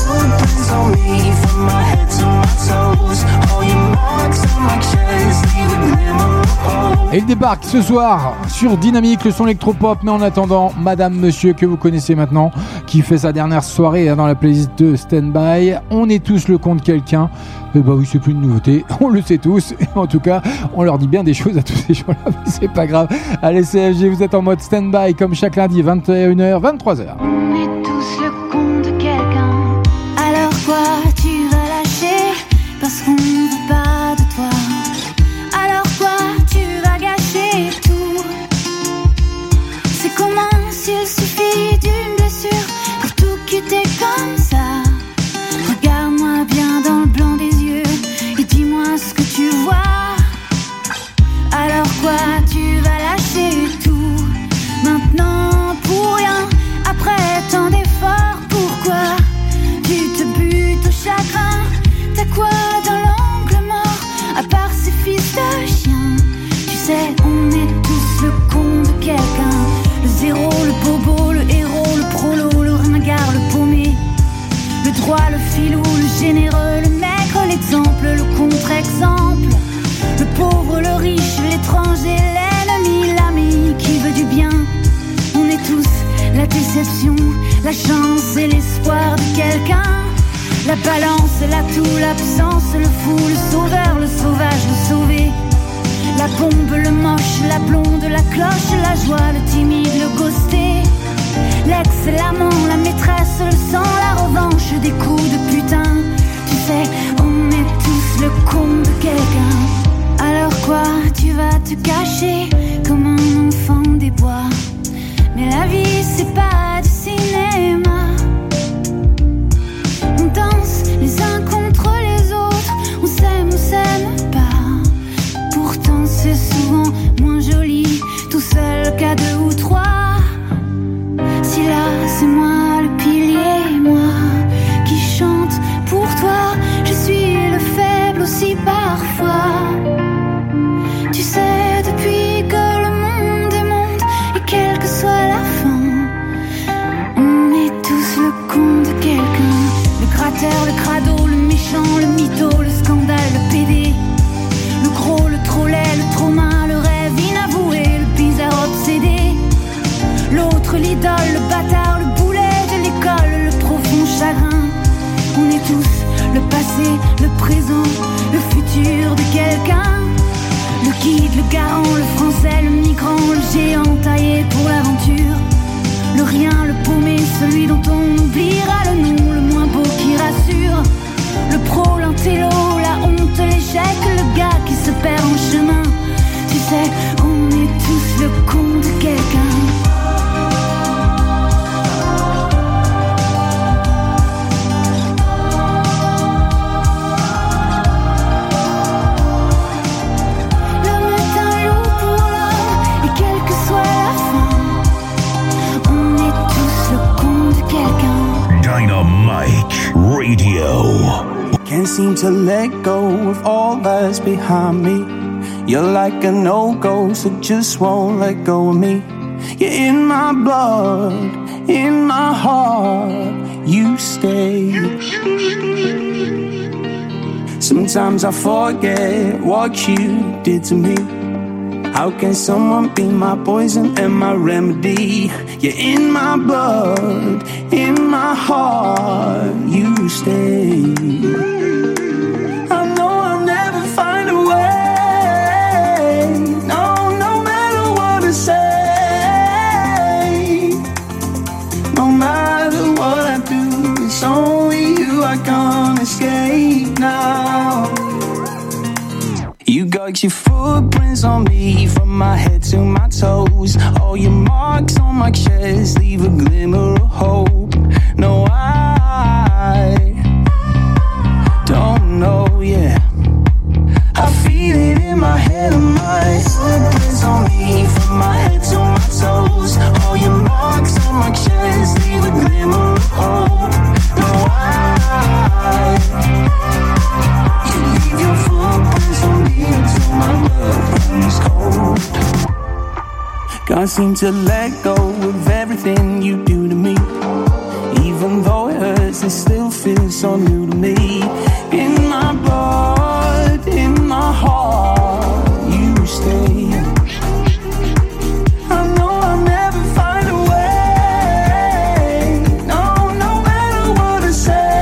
Et il débarque ce soir sur Dynamique, le son électropop. Mais en attendant, Madame Monsieur que vous connaissez maintenant, qui fait sa dernière soirée dans la playlist de Standby. On est tous le compte de quelqu'un. Et bah oui, c'est plus une nouveauté, on le sait tous. Et en tout cas, on leur dit bien des choses à tous ces gens-là, mais c'est pas grave. Allez, C F G, vous êtes en mode Standby comme chaque lundi, vingt et une heures, vingt-trois heures. On est tous le compte de quelqu'un. Alors quoi, tu vas lâcher parce qu'on ne veut pas de toi. Alors quoi, tu vas gâcher tout. C'est comment s'il suffit d'une blessure pour tout quitter comme ça. Regarde-moi bien dans le blanc des yeux et dis-moi ce que tu vois. Alors quoi, tu vas lâcher tout maintenant pour rien. Après tant d'efforts, pourquoi tu te butes au chagrin? T'as quoi dans l'angle mort à part ces fils de chien? Tu sais, on est tous le con de quelqu'un. Le zéro, le bobo, le héros, le prolo, le ringard, le paumé, le droit, le filou, le généreux, le maigre, l'exemple, le contre-exemple, le pauvre, le riche, l'étranger, l'ennemi, l'ami qui veut du bien. On est tous la déception, la chance et l'espoir de quelqu'un. La balance, l'atout, l'absence, le fou, le sauveur, le sauvage, le sauvé. La bombe, le moche, la blonde, la cloche, la joie, le timide, le ghosté. L'ex, l'amant, la maîtresse, le sang, la revanche, des coups de putain. Tu sais, on est tous le con de quelqu'un. Alors quoi, tu vas te cacher comme un enfant des bois. Mais la vie, c'est pas du cinéma. On danse les uns contre les autres, on s'aime, on s'aime pas. Pourtant c'est souvent moins joli, tout seul qu'à deux ou trois. Si là c'est moi le pilier, moi qui chante pour toi. Je suis le faible aussi parfois. Tu sais depuis que le monde est monde et quelle que soit la fin, on est tous le con de quelqu'un. Le cratère, le crado, le méchant, le mytho, le scandale, le pédé, le gros, le trop laid, le trauma, le rêve inavoué, le bizarre obsédé, l'autre, l'idole, le bâtard, le boulet de l'école, le profond chagrin. On est tous le passé, le présent, le futur de quelqu'un. Le guide, le garant, le français, le migrant, le géant taillé pour l'aventure. Le rien, le paumé, celui dont on oubliera le nom, le moins beau qui rassure. Le pro, l'intello, la honte, l'échec, le gars qui se perd en chemin. Tu sais, on est tous le con de quelqu'un. Dynamic Radio. Can't seem to let go of all that's behind me. You're like a no-go, so just won't let go of me. You're in my blood, in my heart, you stay. Sometimes I forget what you did to me. How can someone be my poison and my remedy? You're in my blood, in my heart, you stay. I know I'll never find a way. No, no matter what I say. No matter what I do, it's only you I can't escape now. You got your footprints on me, from my head to my toes. All your marks on my chest leave a glimmer of hope. No, I don't know, yeah. I feel it in my head and my footprints on me, from my head to my toes. All your marks on my chest leave a glimmer of hope. No, I you leave your footprints on me until my blood runs cold. Can't seem to let go of everything you do to me. Even though it hurts, it still feels so new to me. In my blood, in my heart, you stay. I know I'll never find a way. No, no matter what I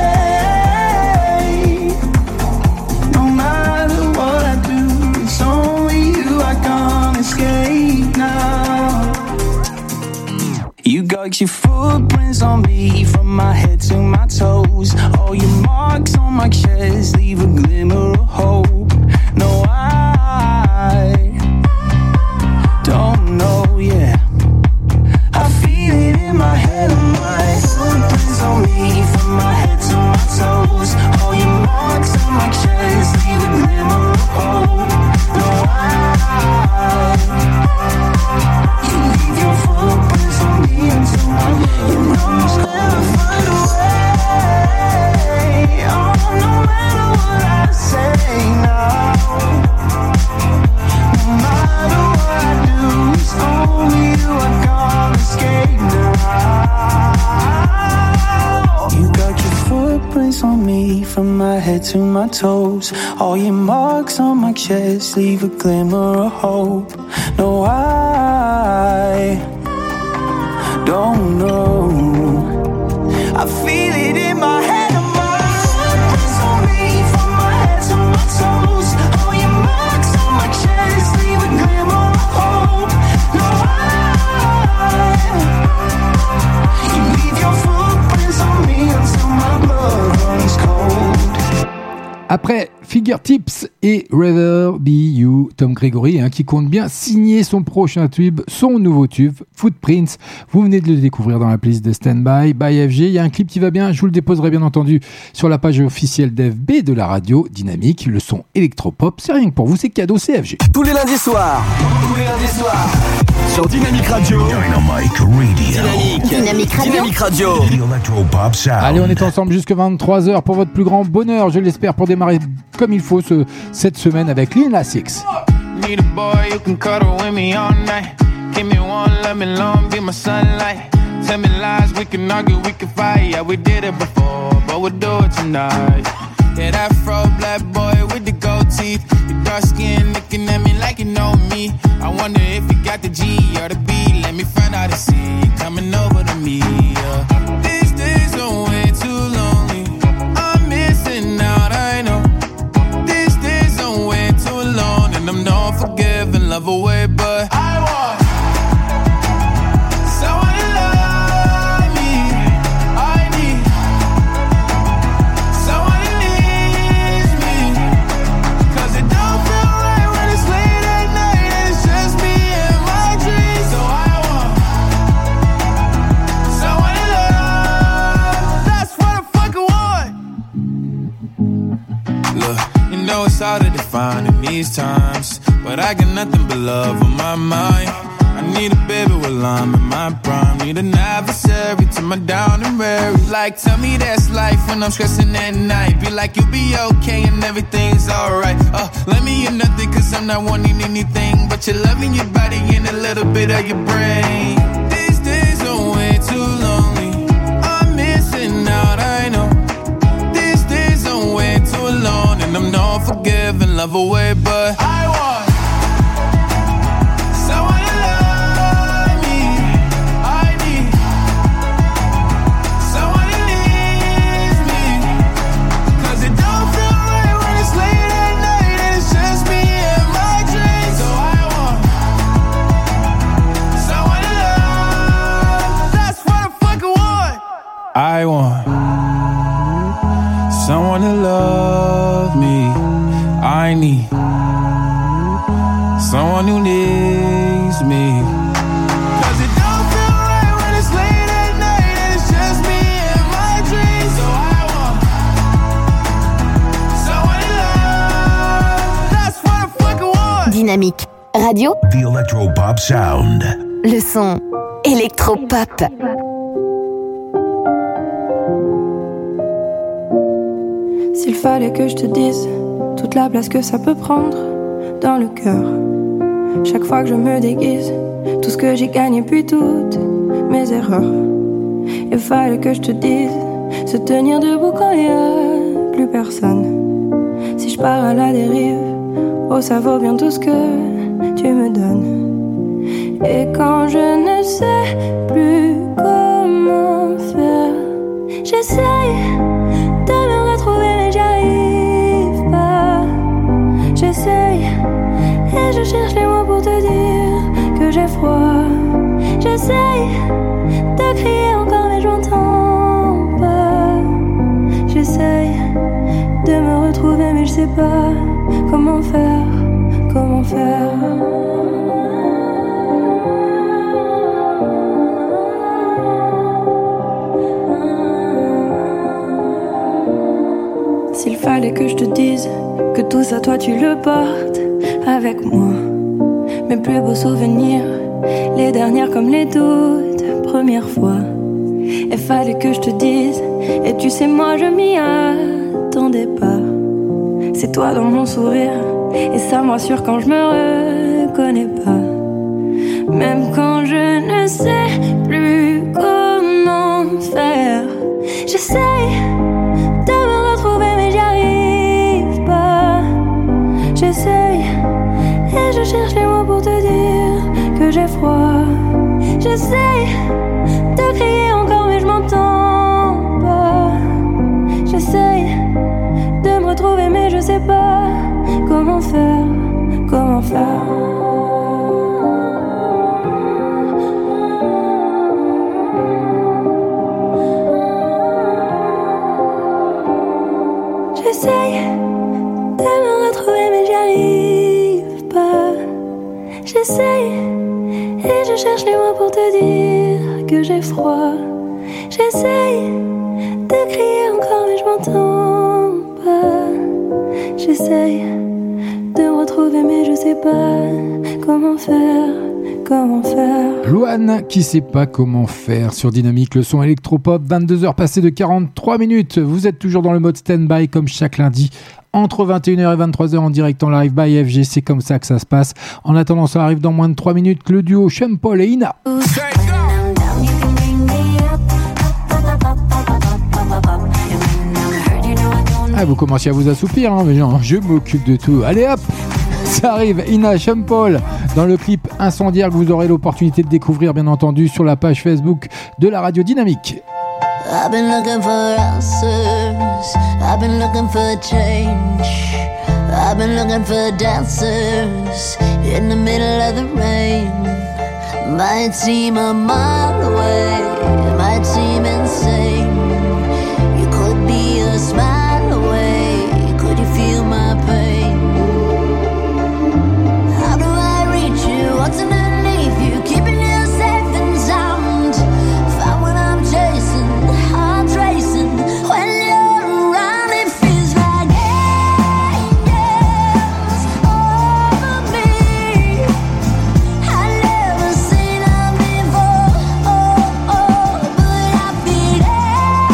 say. No matter what I do, it's only you I can't escape now. You got your footprints on me from my head to my toes. All your marks on my chest leave a glimmer of hope. No, I don't know, yeah. I feel it in my head and my footprints on me from my head to my toes. All your marks on my chest leave a glimmer of hope. No, I you leave your footprints on me until I you know I'll never find a way. Oh, no matter what I say now, no matter what I do, it's only you I can't escape now. You got your footprints on me from my head to my toes. All your marks on my chest leave a glimmer of hope. No, I don't know. I feel it in my head and my footprints on me from my head to my toes. All your marks on my chest leave a glimmer of hope. No, I you leave your footprints on me until my blood runs cold. Après Fingertips et Rather Be You, Tom Gregory, hein, qui compte bien signer son prochain tube, son nouveau tube, Footprints. Vous venez de le découvrir dans la playlist de Standby by F G. Il y a un clip qui va bien, je vous le déposerai bien entendu sur la page officielle d'F B de la radio Dynamique. Le son électropop, c'est rien que pour vous, c'est cadeau C F G. Tous les lundis soirs, tous les lundis soirs, sur Dynamique Radio. Dynamique Radio. Dynamique, Dynamique Radio. Dynamique Radio. The Electropop Sound. Allez, on est ensemble jusqu'à vingt-trois heures pour votre plus grand bonheur, je l'espère, pour démarrer comme il faut ce, cette semaine avec Lil Nas X. Need a boy you can cuddle with me all night. Give me one, let me long, be my sunlight. Tell me lies, we can argue, we can fight. Yeah, we did it before, but we'll do it tonight. Yeah, that fro black boy with the gold teeth. Your dark skin looking at me like you know me. I wonder if you got the G or the B. Let me find out and see you coming over to me. Yeah. These days are way too lonely. I'm missing out, I know. These days are way too long, and I'm not forgiving, love away, but I want someone to love me. I need someone who needs me. 'Cause it don't feel right when it's late at night and it's just me and my dreams. So I want someone to love. That's what I fucking want. Look, you know it's hard to define in these times, but I got nothing but love on my mind. I need a baby while I'm in my prime. Need an adversary to my down and weary. Like, tell me that's life when I'm stressing at night. Be like, you'll be okay and everything's alright. Uh, let me in nothing 'cause I'm not wanting anything but your love and your body and a little bit of your brain. These days are way too lonely. I'm missing out, I know. These days are way too long, and I'm not forgiving, love away, but I want someone to love me. I need someone who needs me. 'Cause it don't feel right when it's late at night and it's just me and my dreams. So I want someone to love. That's what I fucking want. I want someone to love me. I need someone who needs me. 'Cause it don't feel right when it's late at night and it's just me and my dreams. So I want someone to love. That's what I fucking want. Dynamique Radio. The Electropop Sound. Le son électropop. S'il fallait que je te dise toute la place que ça peut prendre dans le cœur. Chaque fois que je me déguise, tout ce que j'ai gagné puis toutes mes erreurs. Il fallait que je te dise, se tenir debout quand il y a plus personne. Si je pars à la dérive, oh ça vaut bien tout ce que tu me donnes. Et quand je ne sais plus comment faire, j'essaye de me retrouver mais j'y arrive pas. J'essaye et je cherche les mots pour te dire que j'ai froid. J'essaye de crier encore mais je m'entends pas. J'essaye de me retrouver mais je sais pas comment faire, comment faire. S'il fallait que je te dise que tout ça toi tu le portes avec moi, mes plus beaux souvenirs, les dernières comme les toutes premières fois. Il fallait que je te dise, et tu sais moi je m'y attendais pas. C'est toi dans mon sourire, et ça me rassure quand je me reconnais pas. Même quand je ne sais plus comment faire, j'essaye de me retrouver mais j'y arrive pas. J'essaye et je cherche les mots pour te dire que j'ai froid. J'essaye de crier encore mais je m'entends pas. J'essaye de me retrouver mais je sais pas comment faire, comment faire. J'essaye de me retrouver mais j'y arrive pas. J'essaye et je cherche les mots pour te dire que j'ai froid. J'essaye de crier encore mais je m'entends pas. J'essaye de me retrouver mais je sais pas comment faire, comment faire. Louane qui sait pas comment faire sur Dynamique, le son électropop, vingt-deux heures passées de quarante-trois minutes. Vous êtes toujours dans le mode stand-by comme chaque lundi entre vingt et une heures et vingt-trois heures en direct en live by F G, c'est comme ça que ça se passe. En attendant, ça arrive dans moins de trois minutes, le duo Sean Paul et Ina. Ah, vous commencez à vous assoupir, hein, mais genre, je m'occupe de tout. Allez hop, ça arrive, Ina, Sean Paul, dans le clip incendiaire que vous aurez l'opportunité de découvrir, bien entendu, sur la page Facebook de la radio Dynamique. I've been looking for answers, I've been looking for change, I've been looking for dancers in the middle of the rain. Might seem a mile away, might seem insane. You could be a smile away, could you feel my pain? How do I reach you, what's underneath you, keeping you safe and sound? Find what I'm chasing, heart's racing, when you're around it feels like angels over me. I've never seen them before, oh, oh, but I feel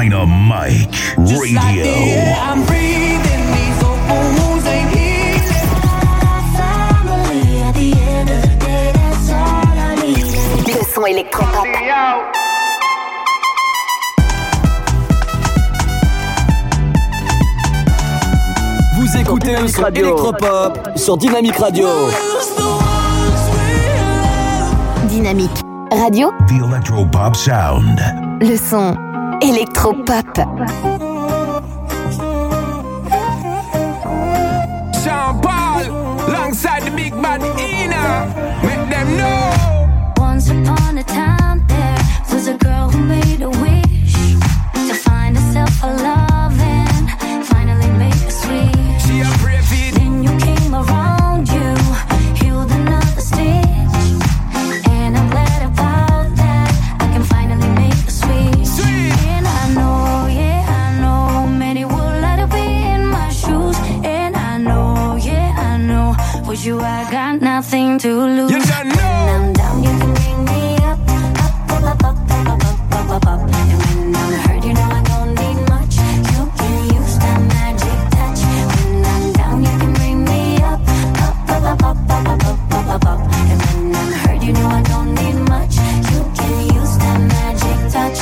Dynamite Just like the Radio. air I'm breathing, these open wounds ain't healing. Family at the end of the day, that's all I need. Le son électropop. Vous écoutez le son électropop sur Dynamique Radio. Dynamique Radio. The Electropop Sound. Le son électropop. Sean Paul, alongside the big bad Ina, make them know. Once upon a time, there was a girl who made a wish to find herself a love and finally make a switch. She a pray for it. Then you came around, you healed another stitch, and I'm glad about that. I can finally make a switch. Sweet. And I know, yeah, I know, many would like to be in my shoes. And I know, yeah, I know, with you I got nothing to lose. You don't know. When I'm down, you can bring me up, up, up, up, up, up, up, up, up, up. And when I'm hurt, you know I don't need much. You can use that magic touch. When I'm down, you can bring me up, up, up, up, up, up, up, up, up, up, up. And when I'm hurt, you know I don't need much. You can use that magic touch.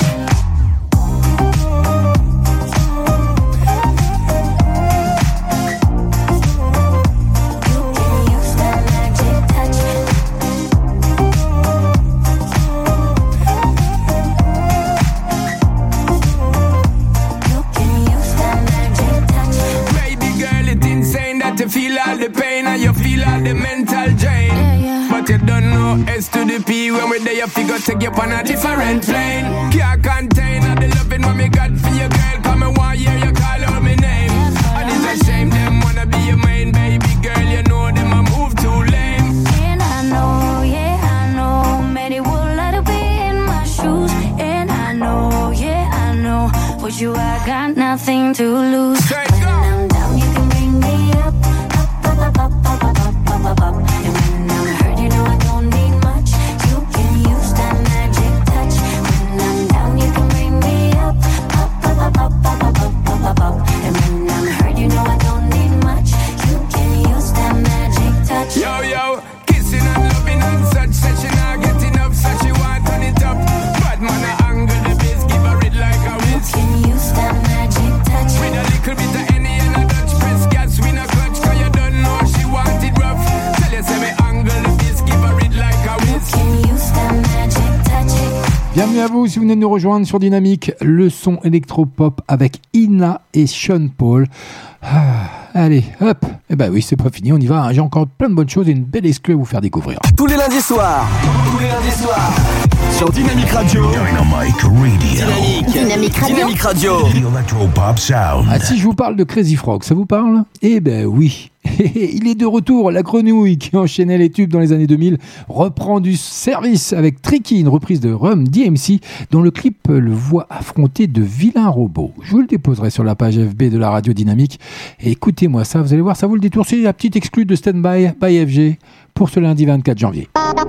To feel all the pain and you feel all the mental drain. Yeah, yeah. But you don't know S to the P. When we're there, you figure take you on a different plane. Can't contain all the loving what me got for your girl. Come and one year you call out my name. And it's a shame them wanna be your main baby girl. You know them a move too lame. And I know, yeah, I know, many would like to be in my shoes. And I know, yeah, I know, with you I got nothing to lose. Straight When go. I'm down, you can bring me up, up, up, up, up, up, up, up, up, up. And when I'm hurt, you know I don't need much. You can use that magic touch. When I'm down, you can bring me up, up, up, up, up, up, up, up, up, up, up. And when I'm hurt, you know I don't need much. You can use that magic touch. Yo, yo, kissing and loving and such. Said she not get enough, so she want turn it up. Bad man a angle the bass, give her it like a whiz. Can use that magic touch. With a little bit of Henny and a Dutch press gas, we no clutch, cause you don't know she want it rough. Tell you say me angle the bass, give her it like a whiz. Can use that magic touch. Bienvenue à vous si vous venez de nous rejoindre sur Dynamique, le son électropop avec Ina et Sean Paul. Ah, allez, hop. Eh ben oui, c'est pas fini, on y va. Hein. J'ai encore plein de bonnes choses et une belle exclue à vous faire découvrir. Tous les lundis soirs. Tous les lundis soirs. Sur Dynamique Radio. Dynamite Radio. Dynamique. Dynamique Radio. Dynamique Radio. The Electropop Sound. Ah, si je vous parle de Crazy Frog, ça vous parle? Eh ben oui. Il est de retour, la grenouille qui enchaînait les tubes dans les années deux mille reprend du service avec Tricky, une reprise de Run D M C dont le clip le voit affronter de vilains robots. Je vous le déposerai sur la page F B de la radio Dynamique et écoutez-moi ça, vous allez voir, ça vaut le détour. C'est la petite exclue de Stand By by F G pour ce lundi vingt-quatre janvier.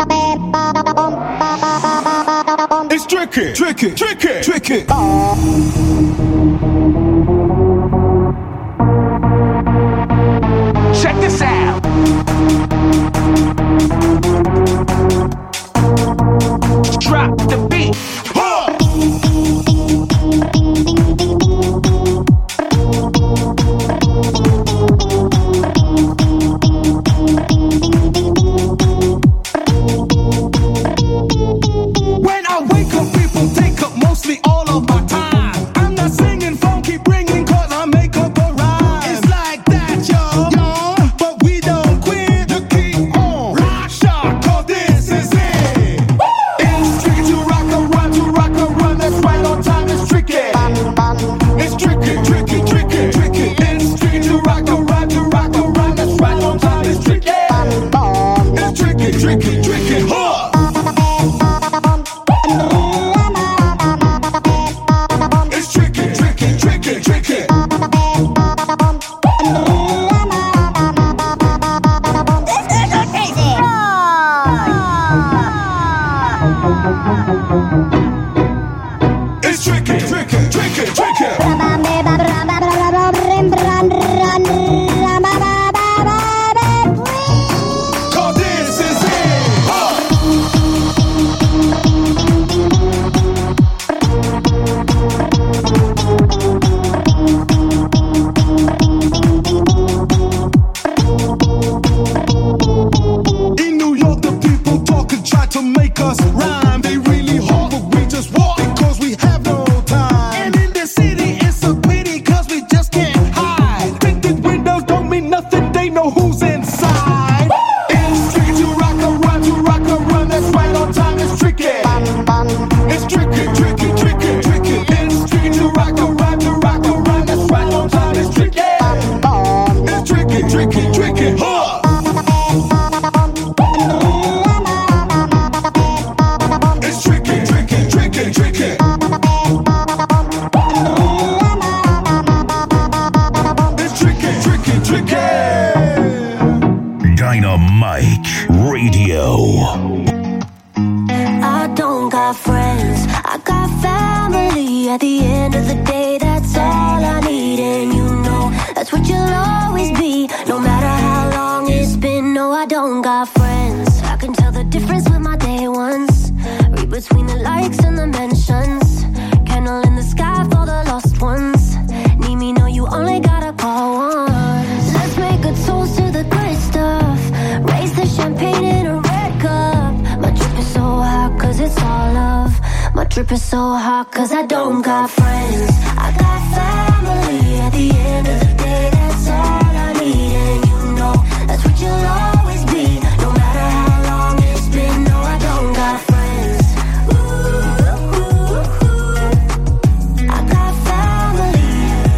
It's tricky, tricky, tricky, tricky. Check this out. Drop the beat. When I wake up, people take up mostly all of my time. I'm not singing. It's tricky, tricky, tricky, tricky. Cause this is it. Huh. In New York, the people talk and try to make us rhyme. They really hard, but we just walk because we have no time. And in the city, it's a pity because we just can't hide. Tinted windows don't mean nothing, they know who's inside. It's tricky to rock a run, to rock a run, that's right on time, it's tricky. It's tricky, tricky, tricky, tricky. It's tricky to rock a run, to rock a run, that's right on time, it's tricky. It's tricky, tricky, tricky, huh? It's tricky, tricky, tricky, tricky. It's tricky, tricky, tricky. Dynamite Radio. I don't got friends, I got family. At the end of the day, that's all I need. And you know, that's what you'll always be, no matter how long it's been. No, I don't got friends, I can tell the difference with my day ones. Read between the likes and the mentions. Candle in the sky for the lost ones. Need me, no, you only gotta call once. Let's make a toast to the good stuff. Raise the champagne in a red cup. My drip is so hot cause it's all love. My drip is so hot cause I don't got friends, I got family. At the end of the day, that's all I need. And you know, that's what you'll always be, no matter how long it's been. No, I don't got friends. Ooh, ooh, ooh. I got family.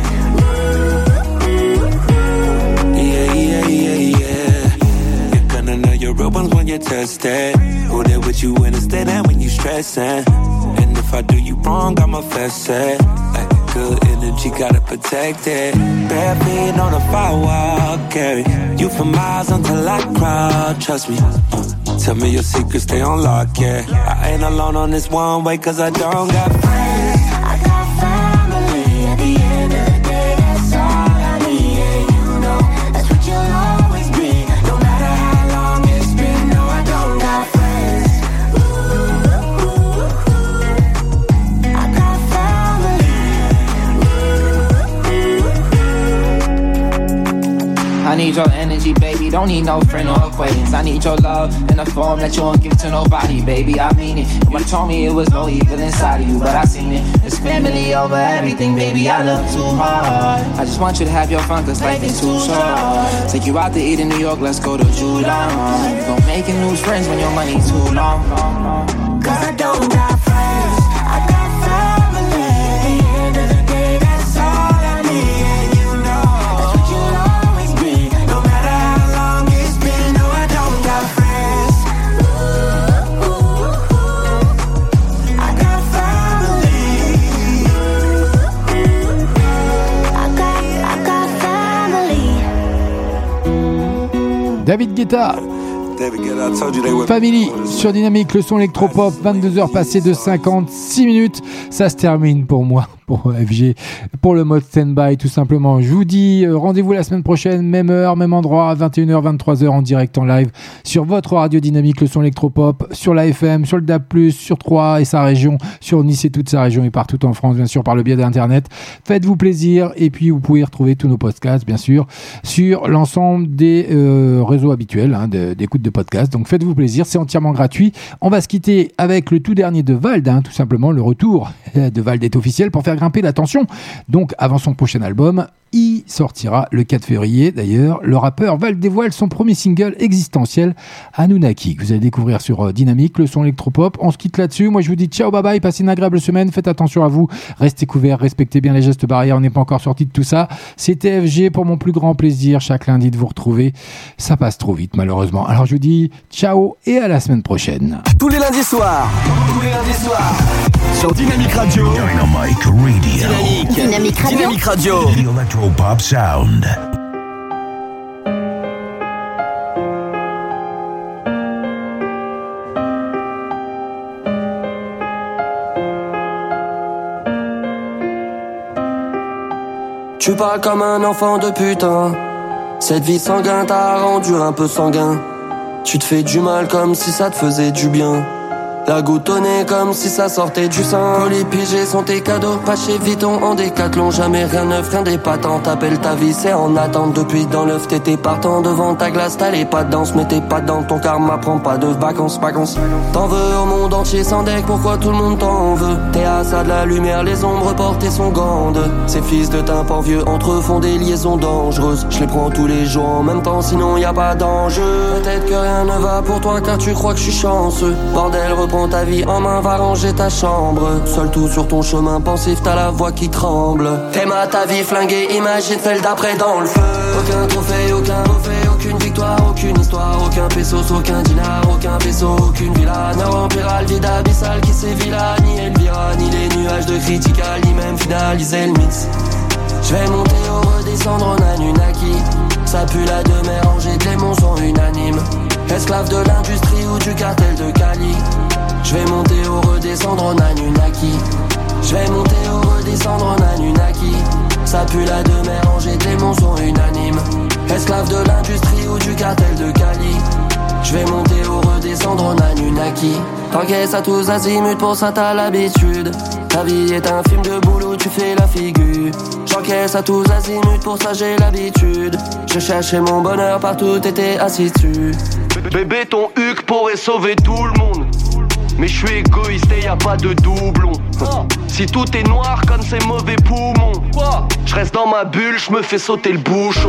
Ooh, ooh, ooh. Yeah, yeah, yeah, yeah. You're gonna know your real ones when you test it. Who there with you in the state and when you stressing. And if I do you wrong, I'ma fess it. Like good energy, gotta protect it. Bare feet on a firewall, carry you for miles until I crawl. Trust me. Uh, tell me your secrets, stay on lock, yeah. I ain't alone on this one way, cause I don't got friends. I got family. At the end of the day, that's all I need. And you know, that's what you'll always be, no matter how long it's been. No, I don't got friends. Ooh, ooh, ooh. I got family. I need your energy, baby, don't need no friend or acquaintance. I need your love in a form that you won't give to nobody, baby, I mean it. You told me it was no evil inside of you, but I seen it. It's family over everything, baby, I love too hard. I just want you to have your fun, cause life is too short. Take you out to eat in New York, let's go to July. You gon' make and lose friends when your money's too long. Cause I don't got friends, I got family. At the end of the day, that's all I need. And you know, that's what you'll always be, no matter how long it's been. No, I don't got friends. Ooh, ooh, ooh. I got family. Ooh, ooh, ooh. I got, I got family. David Guetta. Family sur Dynamique, le son électropop, vingt-deux heures passées de cinquante-six minutes. Ça se termine pour moi, pour F G, pour le mode stand-by tout simplement. Je vous dis euh, rendez-vous la semaine prochaine, même heure, même endroit, à vingt et une heures, vingt-trois heures en direct en live sur votre radio Dynamique, le son électropop, sur la F M, sur le D A B plus, sur Troyes et sa région, sur Nice et toute sa région et partout en France, bien sûr, par le biais d'Internet. Faites-vous plaisir et puis vous pouvez retrouver tous nos podcasts, bien sûr, sur l'ensemble des euh, réseaux habituels hein, de, d'écoute de podcasts. Donc faites-vous plaisir, c'est entièrement gratuit. On va se quitter avec le tout dernier de Vald, hein, tout simplement, le retour de Vald est officiel pour faire grimper la tension. Donc avant son prochain album, il sortira le quatre février. D'ailleurs, le rappeur Vald dévoile son premier single existentiel, Anunnaki, que vous allez découvrir sur Dynamique, le son électropop. On se quitte là-dessus. Moi, je vous dis ciao, bye bye, passez une agréable semaine. Faites attention à vous, restez couverts, respectez bien les gestes barrières. On n'est pas encore sorti de tout ça. C'était F G pour mon plus grand plaisir chaque lundi de vous retrouver. Ça passe trop vite, malheureusement. Alors, je vous dis ciao et à la semaine prochaine. Tous les lundis soirs. Tous les lundis soirs. Sur Dynamique Radio. Dynamic Radio. Dynamique. Dynamique Radio. Dynamique Radio. The Electropop Sound. Tu parles comme un enfant de putain. Cette vie sanguine t'a rendu un peu sanguin. Tu te fais du mal comme si ça te faisait du bien. La goutte au nez comme si ça sortait du sein. Colis pigés sont tes cadeaux, pas chez Vuitton en décathlon. Jamais rien neuf, rien d'épatant. T'appelles ta vie, c'est en attente. Depuis dans l'œuf, t'étais partant. Devant ta glace, t'as les pas de danse. Mais t'es pas dans ton karma, prends pas de vacances, vacances. T'en veux au monde entier sans deck, pourquoi tout le monde t'en veut? T'es à ça de la lumière, les ombres portées sont grandes. Ces fils de tympan vieux entre eux font des liaisons dangereuses. Je les prends tous les jours en même temps, sinon y a pas d'enjeu. Peut-être que rien ne va pour toi car tu crois que je suis chanceux. Bordel, reprends ta vie en main, va ranger ta chambre. Seul tout sur ton chemin pensif, t'as la voix qui tremble. T'aimes à ta vie flinguée, imagine celle d'après dans le feu. Aucun trophée, aucun trophée, aucune victoire, aucune histoire. Aucun pesos, aucun dinar, aucun vaisseau, aucune villa. Ne remplira le vide abyssal qui sévit là. Ni Elvira, ni les nuages de critical, ni même finaliser le mix. Je vais monter ou redescendre en Anunnaki. Ça pue la de mer, rangée, les monts sont unanimes. Esclave de l'industrie ou du cartel de Cali. Je vais monter ou redescendre en Anunnaki. Je vais monter ou redescendre en Anunnaki. Ça pue la de mer, rangée, les monts sont unanimes. Esclave de l'industrie ou du cartel de Cali. Je vais monter ou redescendre en Anunnaki. T'encaisses à tous azimuts, pour ça t'as l'habitude. Ta vie est un film de boulot, tu fais la figure. J'encaisse à tous azimuts, pour ça j'ai l'habitude. Je cherchais mon bonheur partout, t'étais assis dessus. Bébé, ton huc pourrait sauver tout le monde. Mais je suis égoïste et y a pas de doublon. Si tout est noir comme ces mauvais poumons, je reste dans ma bulle, je me fais sauter le bouchon.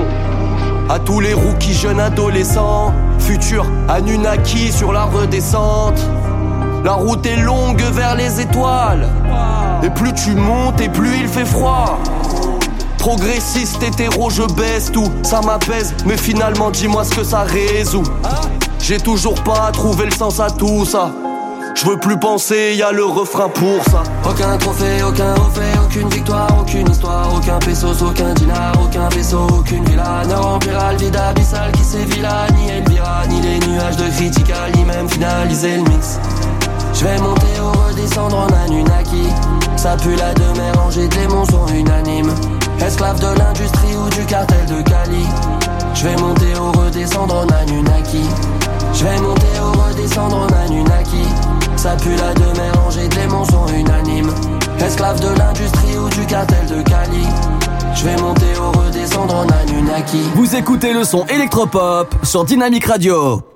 À tous les rookies jeunes adolescents, futur Anunnaki sur la redescente. La route est longue vers les étoiles. Et plus tu montes et plus il fait froid. Progressiste, hétéro, je baisse tout. Ça m'apaise, mais finalement dis-moi ce que ça résout. J'ai toujours pas trouvé le sens à tout ça. Je veux plus penser, y a le refrain pour ça. Aucun trophée, aucun trophée, aucune victoire, aucune histoire. Aucun pesos, aucun dinar, aucun vaisseau, aucune villa. Ne remplira le vide abyssal qui sévit là. Ni Elvira, ni les nuages de critical, ni même finaliser le mix. Je vais monter ou redescendre en Anunnaki. Ça pue la de mer, rangée, les monts sont unanimes. Esclave de l'industrie ou du cartel de Cali. Je vais monter ou redescendre en Anunnaki. Je vais monter ou redescendre en Anunnaki. Ça pue la de mer, rangée, les monts sont unanimes. Esclave de l'industrie ou du cartel de Cali. Je vais monter ou redescendre en Anunnaki. Vous écoutez le son électropop sur Dynamic Radio.